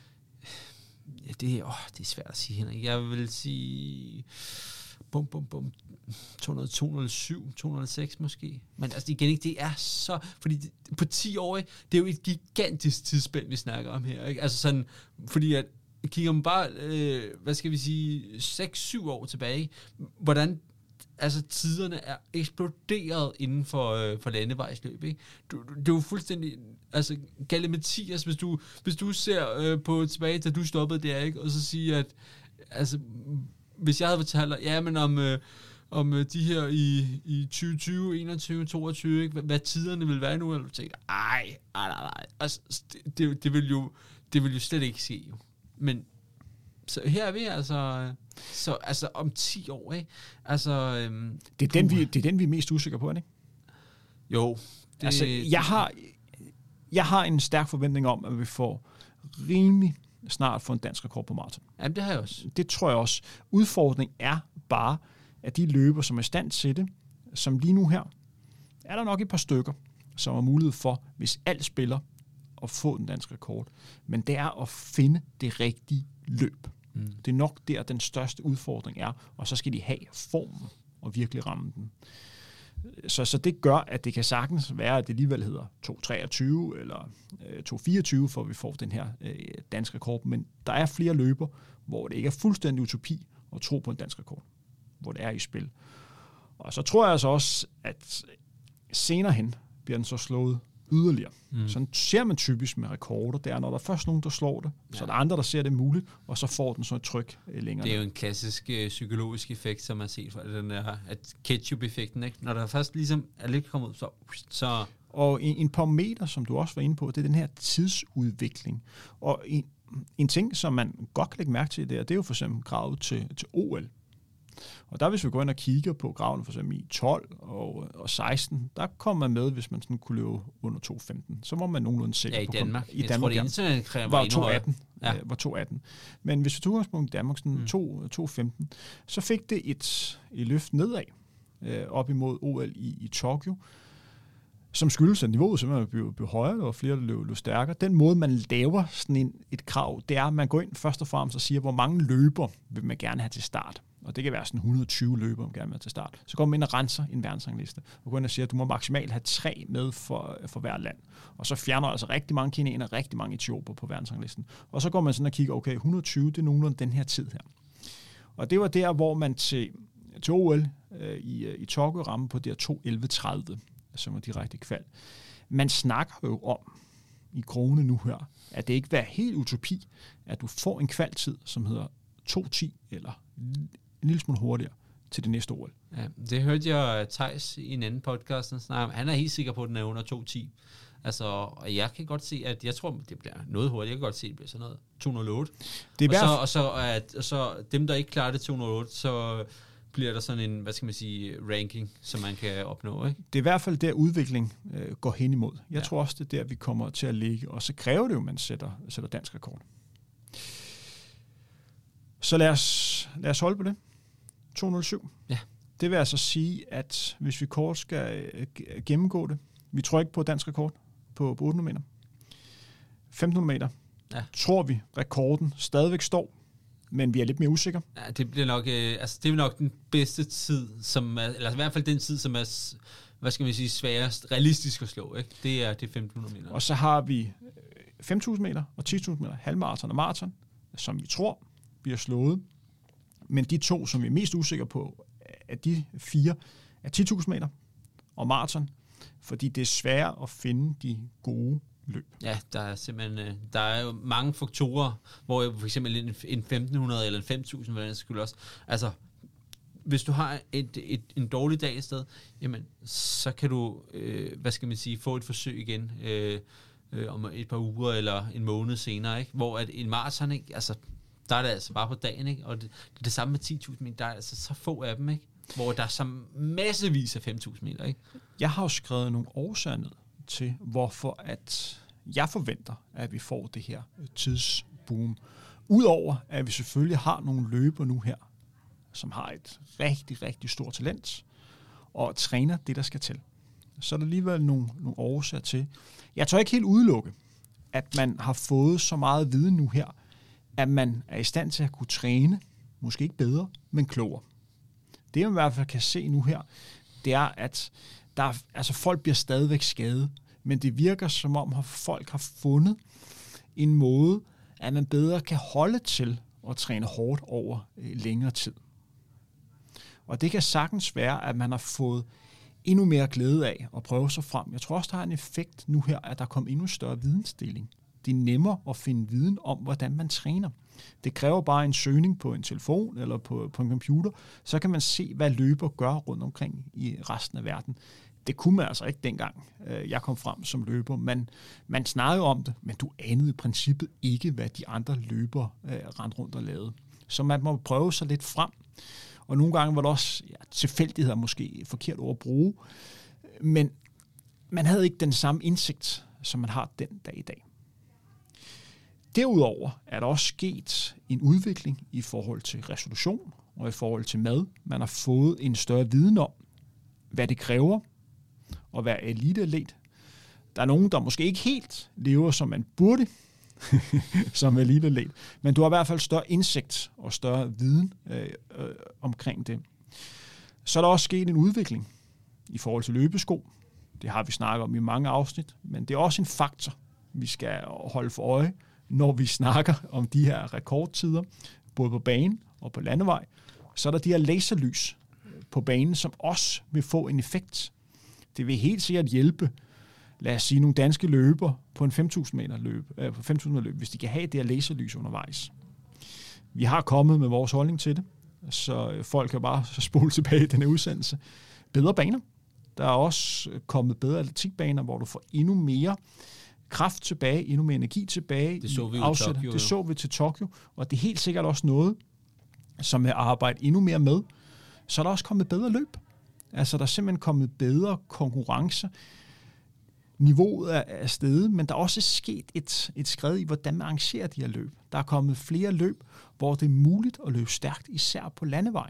Ja, det, åh, det er svært at sige, Henrik. Jeg vil sige bum, bum, bum, to nul to nul syv, to nul seks måske. Men altså igen ikke, det er så... Fordi det, på ti år, det er jo et gigantisk tidsspænd, vi snakker om her. Ikke? Altså sådan, fordi at kigger man bare, øh, hvad skal vi sige, seks syv år tilbage, hvordan... Altså, tiderne er eksploderet inden for, øh, for landevejsløb, ikke? Du, du, det er jo fuldstændig... Altså, Galle Mathias, hvis du, hvis du ser øh, på tilbage, da du stoppede der, ikke? Og så siger, at... Altså, hvis jeg havde fortalt dig, ja, men om, øh, om øh, de her i, i tyve tyve, enogtyve, toogtyve, ikke? Hvad, hvad tiderne vil være nu, eller du tænker, ej, ej, nej, nej. Altså, det, det, det, vil jo, det vil jo slet ikke ske, jo. Men... Så her er vi altså, så, altså om ti år, ikke? Altså, øhm,
det, er den, vi, det er den, vi er mest usikre på, ikke?
Jo.
Det, altså, jeg, har, jeg har en stærk forventning om, at vi får rimelig snart får en dansk rekord på maraton.
Jamen, det har jeg også.
Det tror jeg også. Udfordringen er bare, at de løber, som er i stand til det, som lige nu her, er der nok et par stykker, som har mulighed for, hvis alt spiller, at få den danske rekord. Men det er at finde det rigtige løb. Mm. Det er nok der, den største udfordring er, og så skal de have formen og virkelig ramme den. Så, så det gør, at det kan sagtens være, at det alligevel hedder to treogtyve eller øh, to fireogtyve, for vi får den her øh, danske rekord. Men der er flere løber, hvor det ikke er fuldstændig utopi at tro på en dansk rekord, hvor det er i spil. Og så tror jeg altså også, at senere hen bliver den så slået yderligere. Mm. Sådan ser man typisk med rekorder, det er, når der er først nogen, der slår det, ja. Så er der andre, der ser det muligt, og så får den så et tryk længere.
Det er jo en klassisk øh, psykologisk effekt, som man har set for den der, at ketchup-effekten, ikke? Når der først ligesom er lidt kommet ud, så... så
og en, en par meter, som du også var inde på, det er den her tidsudvikling. Og en, en ting, som man godt kan lægge mærke til der, det er jo for eksempel kravet til, til O L. Og der, hvis vi går ind og kigger på gravene for eksempel i tolv og, og seksten, der kommer man med, hvis man sådan kunne løbe under to femten. Så var man nogenlunde sikker
ja, i
på...
Danmark.
I
jeg
Danmark,
tror, det
ja, var to atten.
Ja.
Øh, var to atten. Men hvis vi tog udgangspunkt i Danmark, sådan mm. to femten, så fik det et, et løft nedad, øh, op imod O L i, i Tokyo. som skyldes, at niveauet simpelthen blev, blev højere, og flere der løb, løb stærkere. Den måde, man laver sådan en, et krav, det er, at man går ind først og fremmest og siger, hvor mange løber vil man gerne have til start. Og det kan være sådan et hundrede og tyve løber, man gerne vil have til start. Så går man ind og renser en verdensrangliste, og går ind og siger, at du må maksimalt have tre med for, for hver land. Og så fjerner altså rigtig mange kineser og rigtig mange etioper på verdensranglisten. Og så går man sådan og kigger, okay, et hundrede og tyve, det er nogenlunde den her tid her. Og det var der, hvor man til, til O L øh, i, i Tokyo ramte på der to elleve tredive, som var direkte kval. Man snakker jo om i krone nu her, at det ikke er helt utopi, at du får en kvaltid, som hedder to ti eller en lille smule hurtigere til det næste O L.
Ja, det hørte jeg Theis i en anden podcast. Han er helt sikker på, at den er under to ti. Altså, og jeg kan godt se, at jeg tror, det bliver noget hurtigt. Jeg kan godt se, at det bliver sådan noget to nul otte. Det er og, så, og, så, at, og så dem, der ikke klarer det to nul otte, så bliver der sådan en, hvad skal man sige, ranking, som man kan opnå, ikke? Det
er i hvert fald der, udvikling øh, går hen imod. Jeg ja. tror også, det er der, vi kommer til at ligge. Og så kræver det jo, at man sætter, sætter dansk rekord. Så lad os, lad os holde på det. to nul syv.
Ja.
Det vil altså sige, at hvis vi kort skal gennemgå det, vi tror ikke på dansk rekord på, på otte hundrede meter. femten hundrede meter. Ja. Tror vi, rekorden stadigvæk står, men vi er lidt mere usikre.
Ja, det bliver nok, øh, altså det er nok den bedste tid, som er, eller i hvert fald den tid, som er, hvad skal man sige, sværest realistisk at slå, ikke? Det er det femten hundrede meter.
Og så har vi fem tusind meter og ti tusind meter, halvmaraton og maraton, som vi tror, vi har slået. Men de to, som vi er mest usikre på, er de fire, er ti tusind meter og maraton, fordi det er svært at finde de gode løb.
Ja, der er simpelthen der er jo mange faktorer, hvor for eksempel en femten hundrede eller en fem tusind, hvordan skal også. Altså, hvis du har et, et, en dårlig dag et sted, jamen, så kan du, øh, hvad skal man sige, få et forsøg igen øh, øh, om et par uger eller en måned senere, ikke? Hvor at en maraton, ikke, altså, der er det altså bare på dagen, ikke? Og det, det er det samme med ti tusind meter, der er altså så få af dem, ikke? Hvor der er så massevis af fem tusind meter, ikke?
Jeg har jo skrevet nogle årsager ned til, hvorfor at jeg forventer, at vi får det her tidsboom. Udover at vi selvfølgelig har nogle løber nu her, som har et rigtig, rigtig stort talent, og træner det, der skal til. Så er der alligevel nogle, nogle årsager til. Jeg tør ikke helt udelukke, at man har fået så meget viden nu her, at man er i stand til at kunne træne, måske ikke bedre, men klogere. Det, man i hvert fald kan se nu her, det er, at der er, altså folk bliver stadigvæk skadet, men det virker som om, at folk har fundet en måde, at man bedre kan holde til at træne hårdt over øh, længere tid. Og det kan sagtens være, at man har fået endnu mere glæde af at prøve sig frem. Jeg tror også, der har en effekt nu her, at der kommer endnu større vidensdeling. Det er nemmere at finde viden om, hvordan man træner. Det kræver bare en søgning på en telefon eller på, på en computer, så kan man se, hvad løber gør rundt omkring i resten af verden. Det kunne man altså ikke dengang, jeg kom frem som løber. Man, man snakkede om det, men du anede i princippet ikke, hvad de andre løbere øh, rendte rundt og lavede. Så man må prøve sig lidt frem. Og nogle gange var det også ja, tilfældigheder måske forkert ord at bruge, men man havde ikke den samme indsigt, som man har den dag i dag. Derudover er der også sket en udvikling i forhold til resolution og i forhold til mad. Man har fået en større viden om, hvad det kræver at være eliteatlet. Der er nogen, der måske ikke helt lever, som man burde som eliteatlet, men du har i hvert fald større indsigt og større viden øh, øh, omkring det. Så er der også sket en udvikling i forhold til løbesko. Det har vi snakket om i mange afsnit, men det er også en faktor, vi skal holde for øje, når vi snakker om de her rekordtider, både på banen og på landevej. Så er der de her laserlys på banen, som også vil få en effekt. Det vil helt sikkert hjælpe, lad os sige, nogle danske løber på en fem tusind meter løb, øh, på fem tusind meter løb, hvis de kan have det her laserlys undervejs. Vi har kommet med vores holdning til det, så folk kan bare spole tilbage i den her udsendelse. Bedre baner. Der er også kommet bedre atletikbaner, hvor du får endnu mere kraft tilbage, endnu mere energi tilbage.
Det så vi
i Tokyo. Det så vi til Tokyo, og det er helt sikkert også noget, som jeg arbejder endnu mere med. Så er der også kommet bedre løb. Altså, der er simpelthen kommet bedre konkurrence. Niveauet er, er steget, men der er også sket et, et skred i, hvordan man arrangerer de her løb. Der er kommet flere løb, hvor det er muligt at løbe stærkt, især på landevejen.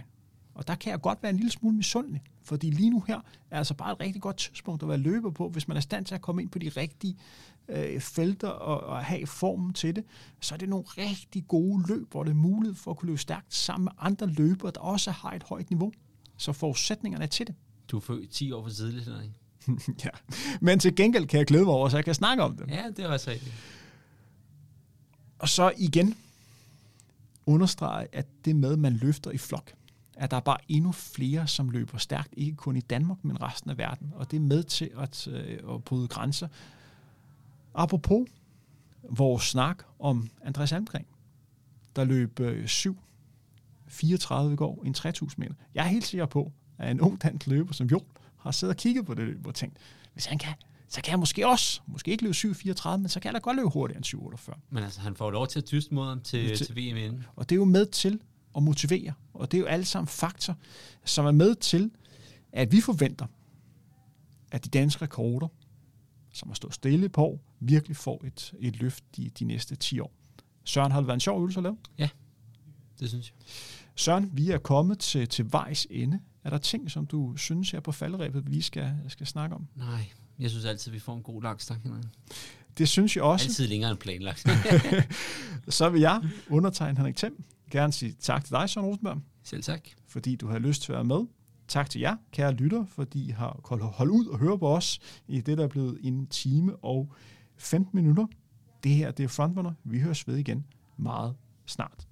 Og der kan jeg godt være en lille smule misundelig, fordi lige nu her er altså bare et rigtig godt tidspunkt at være løber på, hvis man er i stand til at komme ind på de rigtige øh, felter og, og have formen til det, så er det nogle rigtig gode løb, hvor det er muligt for at kunne løbe stærkt sammen med andre løbere, der også har et højt niveau. Så forudsætningerne er til det.
Du er født ti år for tidligt, eller ikke?
Ja, men til gengæld kan jeg glæde mig over, så jeg kan snakke om det.
Ja, det er også rigtigt.
Og så igen understrege, at det med, man løfter i flok, at der er bare endnu flere, som løber stærkt, ikke kun i Danmark, men resten af verden. Og det er med til at, øh, at bryde grænser. Apropos vores snak om Andreas Almgren, der løb øh, syv fireogtredive i går, en tre tusind meter. Jeg er helt sikker på, at en ung dansk løber som Jon har siddet og kigget på det løb og tænkt, hvis han kan, så kan jeg måske også, måske ikke løbe syv fireogtredive, men så kan jeg da godt løbe hurtigere end syv otteogfyrre.
Men altså, han får lov til at dyste mod ham til, til, til V M inden.
Og det er jo med til at motivere, og det er jo alle sammen faktor, som er med til, at vi forventer, at de danske rekorder, som har stået stille på år, virkelig får et, et løft de, de næste ti år. Søren, har det været en sjov øvelse at lave?
Ja, det synes jeg.
Søren, vi er kommet til, til vejs ende. Er der ting, som du synes her på falderebet, vi lige skal, skal snakke om?
Nej, jeg synes altid, vi får en god laks, tak.
Det synes jeg også.
Altid længere end planlagt.
Så vil jeg undertegne Henrik Thiem. Gerne sige tak til dig, Søren Rosenberg.
Selv tak.
Fordi du har lyst til at være med. Tak til jer, kære lytter, fordi I har holdt ud og høre på os i det, der er blevet en time og femten minutter. Det her, det er Frontrunner. Vi høres ved igen meget snart.